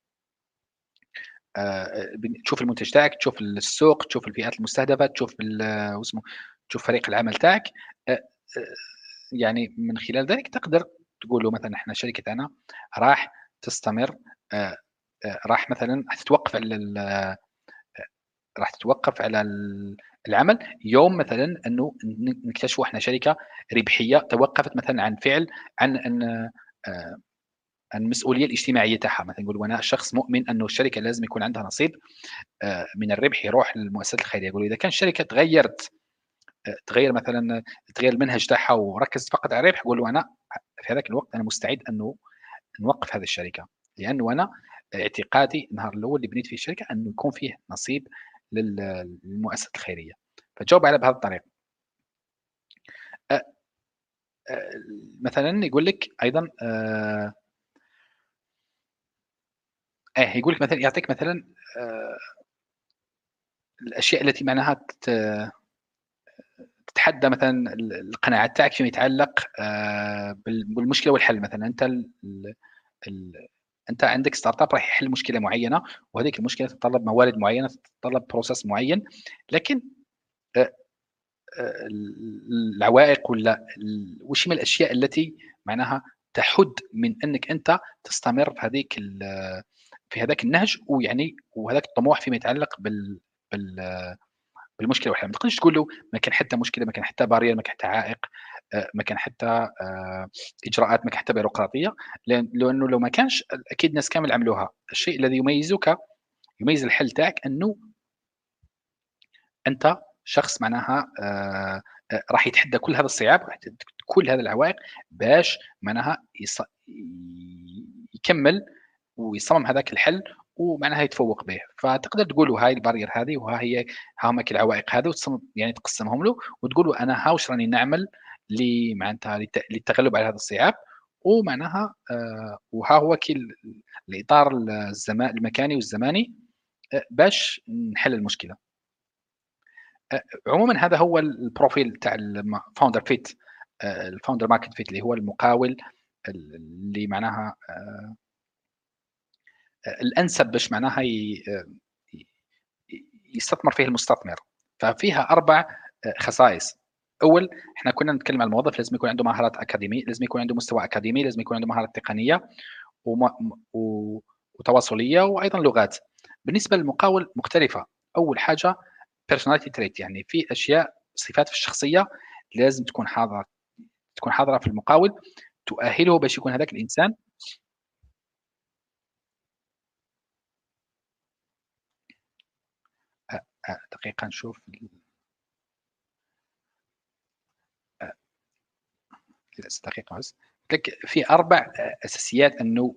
Speaker 1: آآ بن تشوف المنتج تاعك، تشوف السوق، تشوف الفئات المستهدفة، تشوف ال واسمه تشوف فريق العمل تاعك. أ آآ يعني من خلال ذلك تقدر تقول له مثلًا إحنا الشركة تاعنا راح تستمر آآ آآ راح مثلًا راح تتوقف على ال أ راح تتوقف على ال العمل يوم مثلًا إنه ن نكتشفوا إحنا شركة ربحية توقفت مثلًا عن فعل عن أن آآ المسؤولية الاجتماعية تاعها. مثلًا نقولوا أنا شخص مؤمن أنه الشركة لازم يكون عندها نصيب آآ من الربح يروح للمؤسسات الخيرية. يقولوا إذا كان الشركة تغيّرت آآ تغيّر مثلًا تغيّر المنهج تاعها وركّزت فقط على الربح، يقول له أنا في هذاك الوقت أنا مستعد أنه نوقّف هذه الشركة، لأنه أنا اعتقادي النهار الأول اللي بنيت فيه الشركة أنه يكون فيه نصيب لل للمؤسسات الخيرية. فتجاوب عليها بهذه الطريقة. أ آآ مثلًا يقول لك أيضًا آآ آه، يقول لك مثلًا يعطيك مثلًا آآ الأشياء التي معناها ت تتحدى مثلًا ال القناعات تاعك فيما يتعلق آآ بال بالمشكلة والحل. مثلًا أنت ال ال ال أنت عندك startup راح يحل مشكلة معيّنة، وهذيك المشكلة تتطلب موارد معيّنة، تتطلب process معيّن، لكن أ آآ ال العوائق والّا ال وش من الأشياء التي معناها تحُد من أنك أنت تستمر في هذيك ال في هذاك النهج ويعني وهذاك الطموح فيما يتعلق بال بال بالمشكلة والحل. ما تقدرش تقول له ما كان حتى مشكلة، ما كان حتى barrier، ما كان حتى عائق، آآ ما كان حتى آآ إجراءات، ما كان حتى بيروقراطية. لأن لأنه لو ما كانش ال أكيد الناس كامل عملوها. الشيء الذي يميزك يميز الحل تاعك أنه أنت شخص معناها آآ أ راح يتحدى كل هذه الصعاب، راح ت كل هذه العوائق باش معناها يص ي يكمّل ويصمم هذاك الحل ومعناها يتفوّق به. فتقدر تقول له هاي الbarrier هذه وها هي ها هُماك العوائق هذه وتصمم يعني تقسّمهم له وتقول له أنا ها واش راني نعمل ل معناتها للت للتغلب على هذه الصعاب ومعناها آآ وها هو كي ال الإطار ال الزما المكاني والزماني أ باش نحل المشكلة. أ عمومًا هذا هو ال الprofile تاع الم founder fit آآ الfounder market fit اللي هو المقاول ال اللي معناها آآ الأنسب باش معناها ي آآ ي ي يستثمر فيه المستثمر. ففيها أربع آآ خصائص. أول، إحنا كنا نتكلم عن الموظف لازم يكون عنده مهارات أكاديمية، لازم يكون عنده مستوى أكاديمي، لازم يكون عنده مهارات تقنية وم م و وتواصلية وأيضًا لغات. بالنسبة للمقاول مختلفة. أول حاجة personality trait، يعني في أشياء صفات في الشخصية لازم تكون حاضرة تكون حاضرة في المقاول، تؤهله باش يكون هذاك الإنسان. أ أ دقيقة نشوف ال أ بس دقيقة بس. قلت لك في أربع أ أساسيات إنه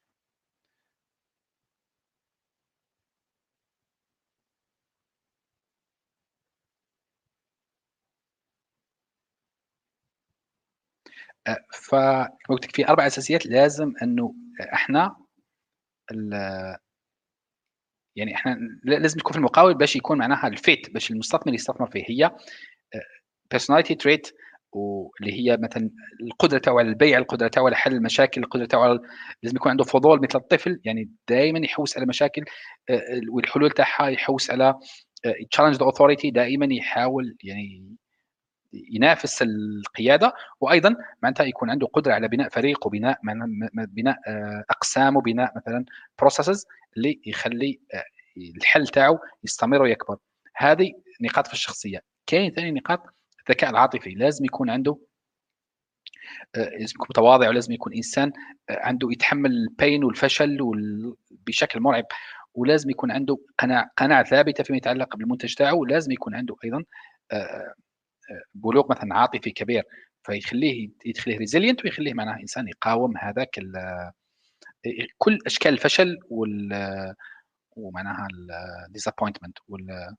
Speaker 1: أ فكما قلت لك في أربع أساسيات لازم إنه إحنا ال يعني إحنا ل لازم تكون في المقاول باش يكون معناها الfit باش المستثمر يستثمر فيه. هي آآ personality trait، واللي هي مثلًا القدرة تاعو على البيع، القدرة تاعو على حل المشاكل، القدرة تاعو على لازم يكون عنده فضول مثل الطفل، يعني دايمًا يحوس على مشاكل آآ ال والحلول تاعها، يحوس على آآ challenge the authority، دائمًا يحاول يعني ينافس القيادة. وأيضًا معناتها يكون عنده قدرة على بناء فريق وبناء معناها م م بناء آآ أقسام وبناء مثلًا processes اللي يخلّي آآ الحل تاعو يستمر ويكبر. هذه نقاط في الشخصية. كاين ثاني نقاط الذكاء العاطفي. لازم يكون عنده آآ لازم يكون متواضع، ولازم يكون إنسان آآ عنده يتحمّل الpain والفشل وال بشكل مرعب. ولازم يكون عنده قناع قناعة ثابتة فيما يتعلق بالمنتج تاعه. ولازم يكون عنده أيضًا آآ بلوغ مثلًا عاطفي كبير، فيخلّيه يخلّيه resilient ويخلّيه معناها إنسان يقاوم هذاك ال آآ كل أشكال الفشل وال ومعناها الdisappointment وال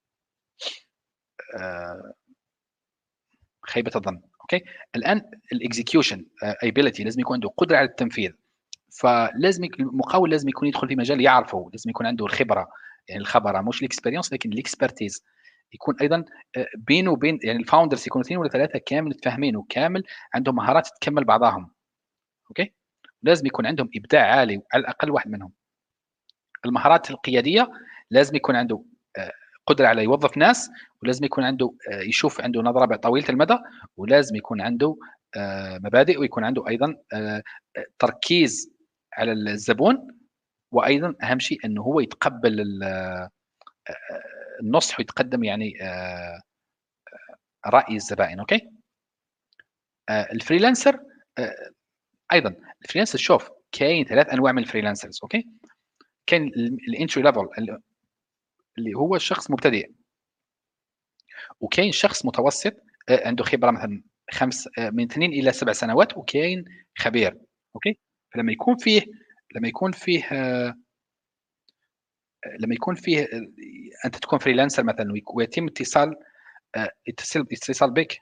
Speaker 1: آآ خيبة الظن. أوكي. الآن الexecution آآ ability لازم يكون عنده قدرة على التنفيذ. فلازم يك المقاول لازم يكون يدخل في مجال يعرفه، لازم يكون عنده الخبرة، يعني الخبرة مش الexperience لكن الexpertise. يكون أيضًا آآ بينه وبين يعني الfounders يكونوا اثنين والّا ثلاثة كامل متفاهمين وكامل عندهم مهارات تكمّل بعضاهم. أوكي. لازم يكون عندهم إبداع عالي على الأقل واحد منهم. المهارات القيادية لازم يكون عنده آآ قدرة على يوظّف ناس، ولازم يكون عنده آآ يشوف عنده نظرة ب طويلة المدى، ولازم يكون عنده آآ مبادئ، ويكون عنده أيضًا آآ تركيز على ال الزبون. وأيضًا أهم شيء إنه هو يتقبّل ال آآ النُصح ويتقدّم يعني آآ رأي الزبائن. أوكي. آآ الfreelancer آآ أيضًا الfreelancer شوف كاين ثلاث أنواع من الfreelancers. أوكي. كاين ال الentry level ال اللي هو شخص مبتدئ، وكاين شخص متوسط آآ عنده خبرة مثلًا خمس آآ من اثنين إلى سبع سنوات، وكاين خبير. أوكي. فلمّا يكون فيه لمّا يكون فيه آآ لمّا يكون فيه ال أنت تكون freelancer مثلًا ويك ويتم اتصال آآ اتصال الاتصال بك.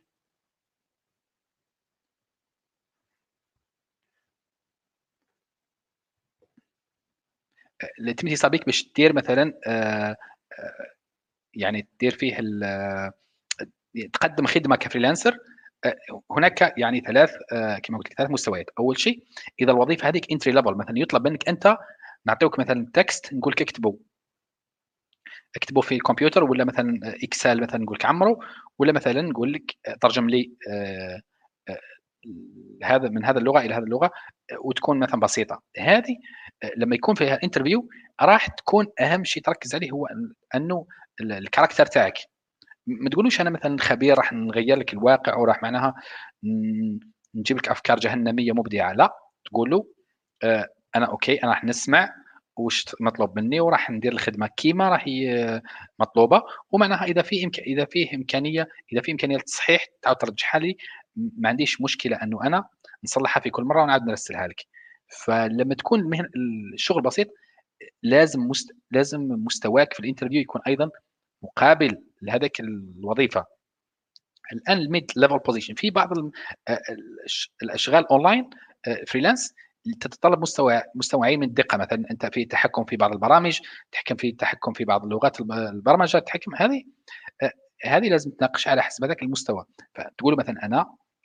Speaker 1: آآ يتم الاتصال بك باش دير مثلًا آآ يعني تدير فيه ال تقدّم خدمة كfreelancer. آآ هناك يعني ثلاث آآ كما قُلت لك ثلاث مستويات. أول شيء إذا الوظيفة هذيك entry level مثلًا يطلب منك أنت نعطيوك مثلًا text نقول لك اكتبه، اكتبه في الكمبيوتر والّا مثلًا Excel مثلًا نقول لك عمّره، والّا مثلًا نقول لك ترجم لي آآ آآ هذا من هذا اللغة إلى هذه اللغة آآ وتكون مثلًا بسيطة. هذه آآ لمّا يكون فيها interview راح تكون أهم شيء تركّز عليه هو ال أنه ال الcharacter تاعك. ما تقولوش أنا مثلًا خبير راح نغيّر لك الواقع وراح معناها ن نجيب لك أفكار جهنمية مبدعة. لأ، تقول له آآ أنا أوكي، أنا راح نسمع واش ت مطلوب مني وراح ندير الخدمة كيما راهي مطلوبة. ومعناها إذا في إمك إذا فيه إمكانية إذا في إمكانية للتصحيح تعاود ترجعها لي. م ما عنديش مشكلة إنه أنا نصلّحها في كل مرة ونعاود نرسلها لك. فلمّا تكون المهن الشغل بسيط لازم مست لازم مستواك في الinterview يكون أيضًا مقابل لهذاك الوظيفة. الآن الmid level position في بعض الم آآ الأش الأشغال online آآ freelance تتطلب مستوى مستويين من الدقة. مثلًا أنت في التحكم في بعض البرامج، تحكم في التحكم في بعض اللغات الب البرمجة، تحكم هذه آآ هذه لازم تناقش على حسب هذاك المستوى. فتقول له مثلًا أنا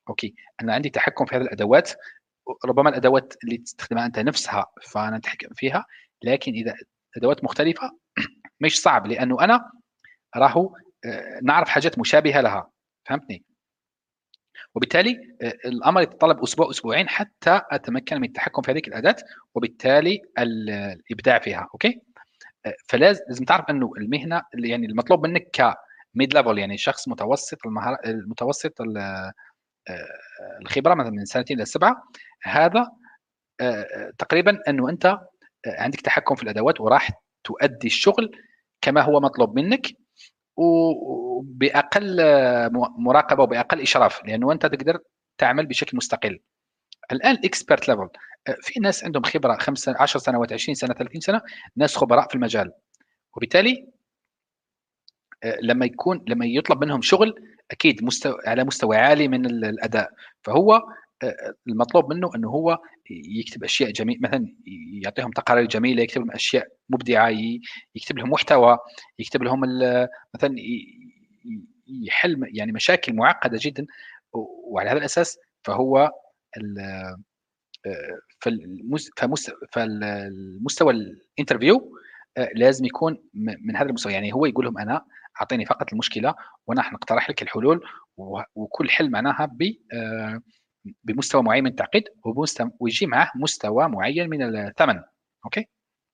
Speaker 1: أوكي، أنا عندي تحكُّم في هذه الأدوات، ربما الأدوات اللي تستخدمها أنت نفسها فأنا أتحكم فيها، لكن إذا أدوات مختلفة مش صعب، لأنه أنا راهو آآ نعرف حاجات مشابهة لها، فهمتني؟ وبالتالي آآ الأمر يتطلب أسبوع، أسبوعين حتى أتمكن من التحكم في هذيك الأداة، وبالتالي ال الإبداع فيها، أوكي؟ آآ فلاز لازم تعرف إنه المهنة اللي يعني المطلوب منك كmid level يعني شخص متوسط المهارة المتوسط ال آآ الخبرة مثلًا من سنتين ل7 هذا آآ تقريبًا إنه أنت آآ عندك تحكم في الأدوات وراح تؤدي الشغل كما هو مطلوب منك و وبأقل م مراقبة وبأقل إشراف، لأنه أنت تقدر تعمل بشكل مستقل. الآن الexpert level آآ في ناس عندهم خبرة خمس عشر سنوات، عشرين سنة، ثلاثين سنة، ناس خبراء في المجال، وبالتالي آآ لمّا يكون لمّا يُطلب منهم شغل أكيد مستوى على مستوى عالي من ال الأداء، فهو آآ المطلوب منه إنه هو يكتب أشياء جمي مثلًا يعطيهم تقارير جميلة، يكتب لهم أشياء مبدعة، ي يكتب لهم محتوى، يكتب لهم ال مثلًا ي ي يحل م يعني مشاكل معقدة جدًا، و وعلى هذا الأساس فهو ال آآ فالمس فمس فال المستوى الinterview آآ لازم يكون م من هذا المستوى، يعني هو يقول لهم أنا أعطيني فقط المشكلة وأنا حنقترح لك الحلول، و وكل حل معناها ب آآ بمستوى معين من التعقيد وبمست ويجي معاه مستوى معين من الثمن، أوكي؟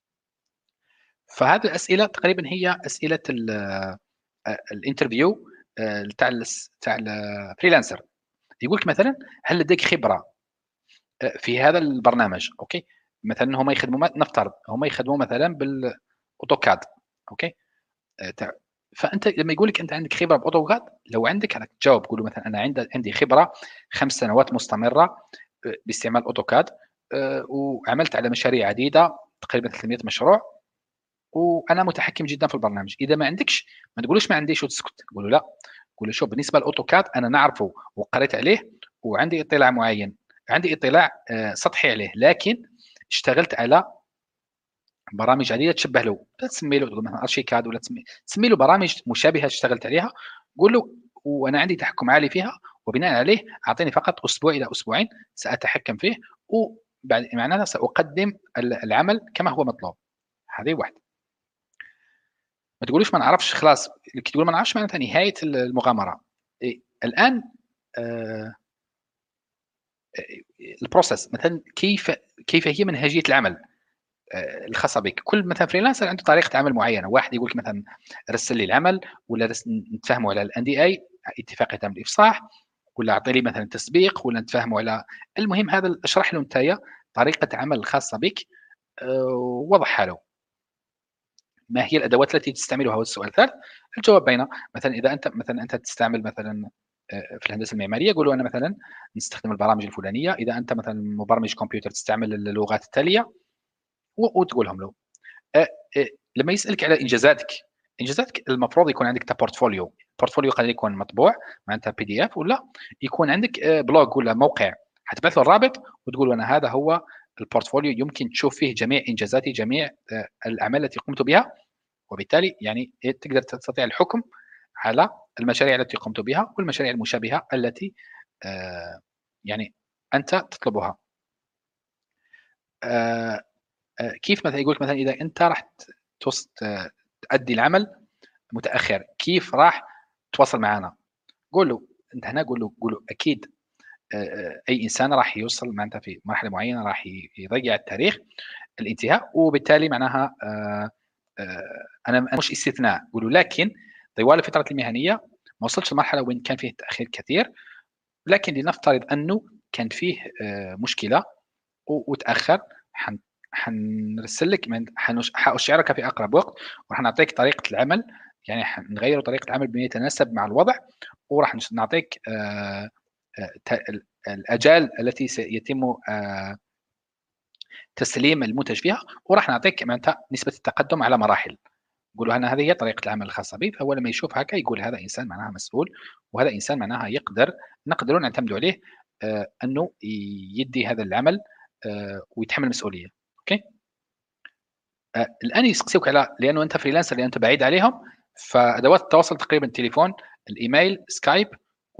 Speaker 1: فهذه الأسئلة تقريبًا هي أسئلة ال آآ الinterview آآ بتاع الس بتاع الfreelancer يقول لك مثلًا هل لديك خبرة آآ في هذا البرنامج، أوكي؟ مثلًا هم يخدموا م نفترض هم يخدموا مثلًا بالAutoCAD، أوكي؟ آآ ت فأنت لمّا يقول لك أنت عندك خبرة بAutoCAD لو عندك راك تجاوب تقول له مثلًا أنا عند عندي خبرة خمس سنوات مستمرة آآ باستعمال AutoCAD آآ وعملت على مشاريع عديدة تقريبًا ثلاثمئة مشروع، وأنا متحكم جدًا في البرنامج. إذا ما عندكش ما تقولوش ما عنديش وتسكت، قُل له لأ، قُل له شوف بالنسبة للAutoCAD أنا نعرفه وقريت عليه وعندي اطلاع معيّن، عندي اطلاع آآ سطحي عليه، لكن اشتغلت على برامج عديدة تشبه له، تسمي له تقول مثلًا ArchiCAD والّا تسمي تسمي له برامج مشابهة اشتغلت عليها، قُل له وأنا عندي تحكُّم عالي فيها، وبناءً عليه أعطيني فقط أسبوع إلى أسبوعين سأتحكم فيه، وبعد معناها سأقدّم ال العمل كما هو مطلوب، هذه واحدة. ما تقوليش ما نعرفش خلاص، كي تقول ما نعرفش معناتها نهاية ال المغامرة. آآ الآن آآ الprocess مثلًا كيف كيف هي منهجية العمل آآ الخاصة بك؟ كل مثلًا freelancer عنده طريقة عمل معيّنة، واحد يقول لك مثلًا رسل لي العمل والّا رس نتفاهموا على الNDA اتفاقية تام الإفصاح، والّا أعطي لي مثلًا تسبيق، والّا نتفاهموا على المهم هذا اشرح له أنتَيا طريقة عمل الخاصة بك آآ ووضحها له. ما هي الأدوات التي تستعملها؟ هو السؤال الثالث. الجواب باينة، مثلًا إذا أنت مثلًا أنت تستعمل مثلًا آآ في الهندسة المعمارية قُل له أنا مثلًا نستخدم البرامج الفلانية، إذا أنت مثلًا مبرمج كمبيوتر تستعمل اللغات التالية و وتقولهم له. آآ آآ لمّا يسألك على إنجازاتك، إنجازاتك المفروض يكون عندك كportfolio. portfolio قد يكون مطبوع معناتها بي دي إف والّا يكون عندك آآ blog والّا موقع، حتبعث له الرابط وتقول له أنا هذا هو الportfolio يمكن تشوف فيه جميع إنجازاتي، جميع آآ الأعمال التي قمت بها، وبالتالي يعني آآ تقدر تستطيع الحكم على المشاريع التي قمت بها والمشاريع المشابهة التي آآ يعني أنت تطلبها. آآ آآ كيف مثلًا يقول لك مثلًا إذا أنت راح ت توص ت تأدّي العمل متأخر، كيف راح تتواصل معانا؟ قُل له أنت هنا قُل له قُل له أكيد آآ أي إنسان راح يوصل معناتها في مرحلة معيّنة راح ي يضيّع التاريخ الانتهاء، وبالتالي معناها آآ آآ أنا أنا مش استثناء، قُل له لكن طوال فترتي المهنية ما وصلتش لمرحلة وين كان فيه تأخير كثير، لكن لنفترض أنه كان فيه آآ مشكلة و وتأخّر حن حنرسل لك من حنش حأشعرك في أقرب وقت، وحنعطيك طريقة العمل، يعني حنغيّروا طريقة العمل بما يتناسب مع الوضع، وراح نش نعطيك آآ آآ ت ال الآجال التي سيتم آآ تسليم المنتج فيها، وراح نعطيك معناتها نسبة التقدم على مراحل. نقول له أنا هذه هي طريقة العمل الخاصة بي، فهو لمّا يشوف هكا يقول هذا إنسان معناها مسؤول، وهذا إنسان معناها يقدر نقدروا نعتمدوا عليه آآ إنه يدّي هذا العمل آآ ويتحمل المسؤولية، أوكي؟ آآ الآن يسقسيوك على لأنه أنت freelancer لأن أنت بعيد عليهم، فأدوات التواصل تقريبًا التليفون، الإيميل، سكايب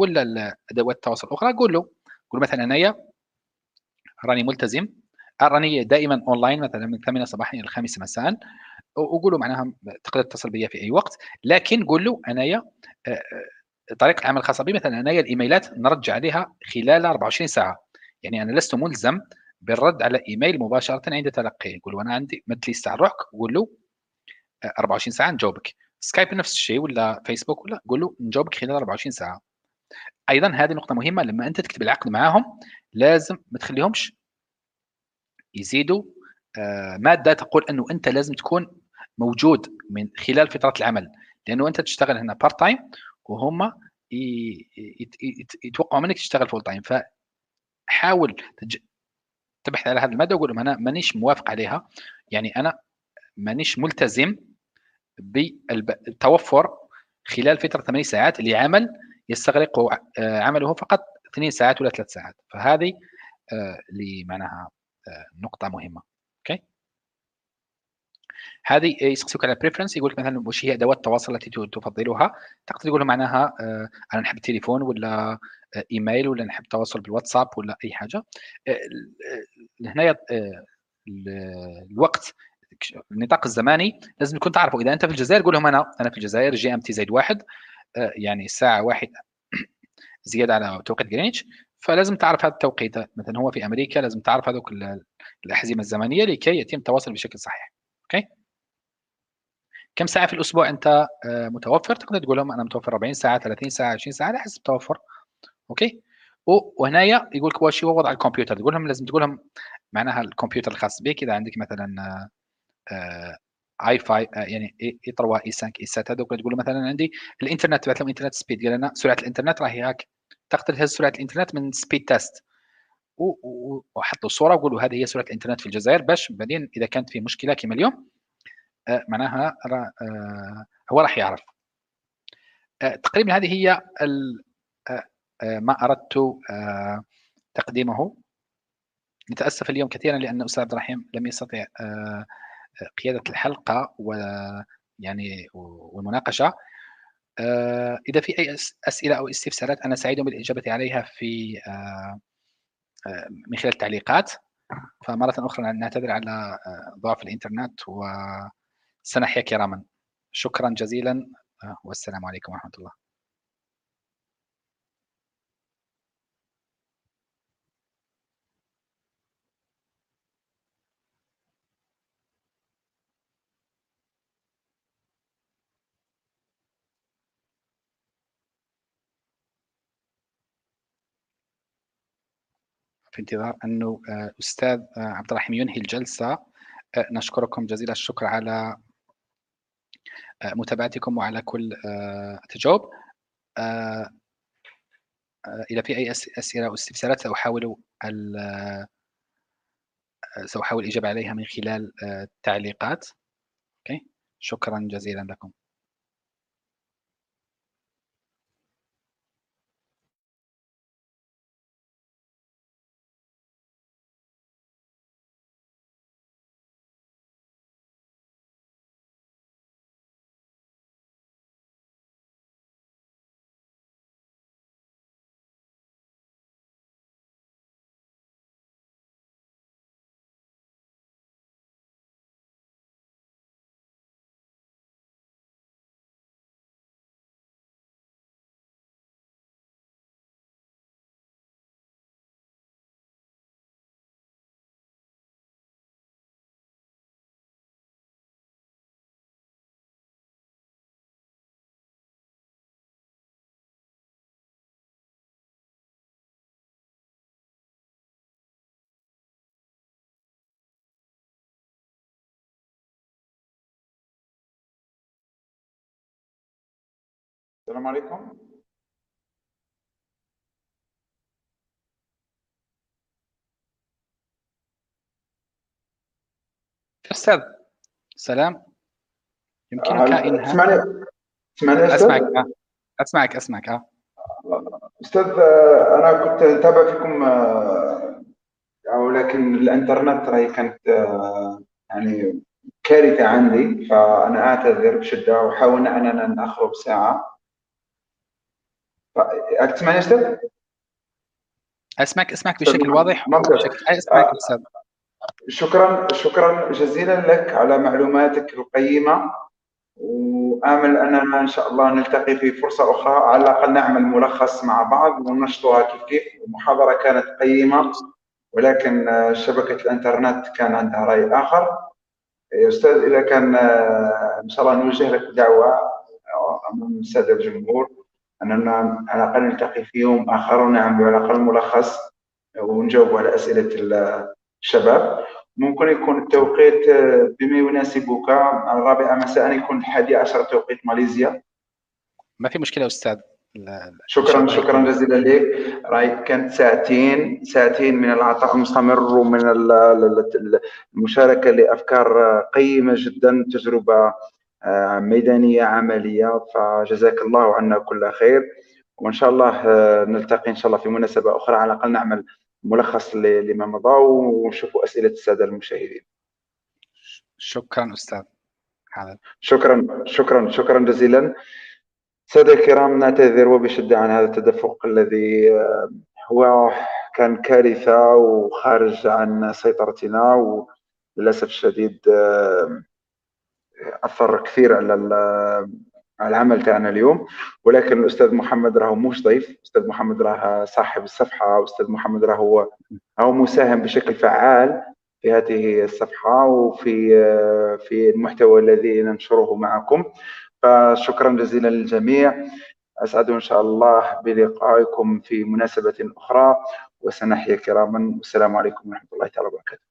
Speaker 1: ولا أدوات التواصل الأخرى، قُل له قُل له مثلًا أنايا راني ملتزم، راني دائمًا أونلاين مثلًا من الثامنة صباحًا إلى الخامسة مساءً، و وقُل له معناها تقدر تتصل بيّا في أي وقت، لكن قُل له أنايا آآ طريقة العمل الخاصة بي مثلًا أنايا الإيميلات نرجع عليها خلال أربعة وعشرين ساعة، يعني أنا لست ملزم بالرد على إيميل مباشرة عند تلقيه، قُل له أنا عندي ما تليست على روحك وقُل له أ أربعة وعشرين ساعة نجاوبك، سكايب نفس الشيء والّا فيسبوك والّا قُل له نجاوبك خلال أربعة وعشرين ساعة. أيضًا هذه نقطة مهمة لمّا أنت تكتب العقد معاهم لازم ما تخليهمش يزيدوا آآ مادة تقول إنه أنت لازم تكون موجود من خلال فترة العمل، لأنه أنت تشتغل هنا part time وهُم ي يت يت يتوقعوا منك تشتغل full time، فحاول تج تبحث على هذه المادة وقُل لهم أنا مانيش موافق عليها، يعني أنا مانيش ملتزم بالب التوفُّر خلال فترة ثماني ساعات لعمل يستغرق آآ عمله فقط اثنين ساعات والّا ثلاث ساعات، فهذه آآ اللي معناها آآ نقطة مهمة، أوكي. هذه يسقسيوك على preference يقول لك مثلًا واش هي أدوات التواصل التي ت تفضّلها، تقدر تقول له معناها آآ أنا نحب التليفون والّا أ إيميل والّا نحب التواصل بالواتساب والّا أي حاجة. آآ ال ال هنايا آآ ال الوقت كش النطاق الزماني لازم تكون تعرفه، إذا أنت في الجزائر قُل لهم أنا أنا في الجزائر جي إم تي زائد واحد آآ يعني ساعة واحدة زيادة على توقيت جرينتش، فلازم تعرف هذا التوقيت، مثلًا هو في أمريكا لازم تعرف هذوك ال الأحزمة الزمنية لكي يتم التواصل بشكل صحيح، أوكي. كم ساعة في الأسبوع أنت آآ متوفّر؟ تقدر تقول لهم أنا متوفّر أربعين ساعة، ثلاثين ساعة، عشرين ساعة على حسب التوفُّر، أوكي. و وهنايا يقول لك واش هو وضع الكمبيوتر، تقول لهم لازم تقول لهم معناها الكمبيوتر الخاص بك، إذا عندك مثلًا آآ i5 آآ يعني إي إي3 إي5 إي7 هذوك تقول له مثلًا عندي الإنترنت تبعت لهم إنترنت speed قال لنا سرعة الإنترنت راهي هاك، تقدر تهز سرعة الإنترنت من speed test و و وحط له الصورة وقُل له هذه هي سرعة الإنترنت في الجزائر، باش بعدين إذا كانت في مشكلة كيما اليوم آآ معناها را آآ هو راح يعرف. آآ تقريبًا هذه هي ال آآ آآ ما أردت آآ تقديمه. نتأسف اليوم كثيرًا لأن الأستاذ عبد الرحيم لم يستطع آآ قيادة الحلقة ويعني والمناقشة. آآ إذا في أي أس أسئلة أو استفسارات أنا سعيد بالإجابة عليها في آآ آآ من خلال التعليقات، فمرةً أخرى نعتذر على آآ ضعف الإنترنت وسنحيا كرامًا. شكرًا جزيلًا آآ والسلام عليكم ورحمة الله. في انتظار أنه آآ أستاذ آآ عبد الرحيم ينهي الجلسة. أ نشكركم جزيل الشكر على آآ متابعتكم وعلى كل آآ التجاوب. آآ آآ إذا في أي أس أسئلة أو استفسارات سأحاول ال آآ سأحاول الإجابة عليها من خلال آآ التعليقات. أوكي، شكرًا جزيلًا لكم.
Speaker 2: السلام عليكم.
Speaker 1: أستاذ، سلام، يمكنك
Speaker 2: هل
Speaker 1: إنهاء
Speaker 2: تسمعني تسمعني يا أستاذ؟
Speaker 1: أسمعك آه، أسمعك، أسمعك آه.
Speaker 2: أستاذ، آه، أنا كنت أتابع فيكم، آه، ولكن الإنترنت راهي كانت آه، يعني كارثة عندي، فأنا أعتذر بشدة وحاولنا أننا نأخره بساعة. راك تسمعني أستاذ؟
Speaker 1: أسمعك أسمعك
Speaker 2: أستاذ
Speaker 1: بشكل
Speaker 2: محمد،
Speaker 1: واضح
Speaker 2: ممتاز.
Speaker 1: بشكل أي أسمعك
Speaker 2: آه،
Speaker 1: أستاذ.
Speaker 2: شكرا شكرا جزيلا لك على معلوماتك القيمة، وآمل أننا إن شاء الله نلتقي في فرصة أخرى، على الأقل نعمل ملخص مع بعض وننشطها كيف كيف. المحاضرة كانت قيمة، ولكن آه، شبكة الإنترنت كان عندها رأي آخر. يا أستاذ، إذا كان آه، إن شاء الله نوجه لك دعوة آه، أمام السادة الجمهور أننا على الأقل نلتقي في يوم آخر ونعمل على الأقل ملخص ونجاوب على أسئلة الشباب. ممكن يكون التوقيت آه، بما يناسبك، الرابعة مساء يكون الحادي عشر توقيت ماليزيا.
Speaker 1: ما في مشكلة أستاذ، لا لا إن شاء
Speaker 2: شكرا
Speaker 1: الله
Speaker 2: شكرا
Speaker 1: يكون.
Speaker 2: جزيلا لك. راهي كانت ساعتين ساعتين من العطاء المستمر، ومن ال- ال- المشاركة لأفكار قيمة جدا، تجربة آه، ميدانية عملية، فجزاك الله عنا كل خير. وإن شاء الله آه، نلتقي إن شاء الله في مناسبة أخرى، على الأقل نعمل ملخص ل- لما مضى ونشوفوا أسئلة السادة المشاهدين.
Speaker 1: شكرا أستاذ. هذا
Speaker 2: شكرا شكرا شكرا جزيلا. سادة الكرام، نعتذر وبشدة عن هذا التدفق الذي آه، هو كان كارثة وخارج عن سيطرتنا، وللأسف الشديد آه، أثر كثير على على العمل تاعنا اليوم. ولكن الأستاذ محمد راهو مش ضيف، الأستاذ محمد راه صاحب الصفحة، أستاذ محمد راهو هو مساهم بشكل فعال في هذه الصفحة وفي آه، في المحتوى الذي ننشره معكم. فشكرا جزيلا للجميع. أسعد إن شاء الله بلقائكم في مناسبة أخرى، وسنحيا كراما. والسلام عليكم ورحمة الله تعالى وبركاته.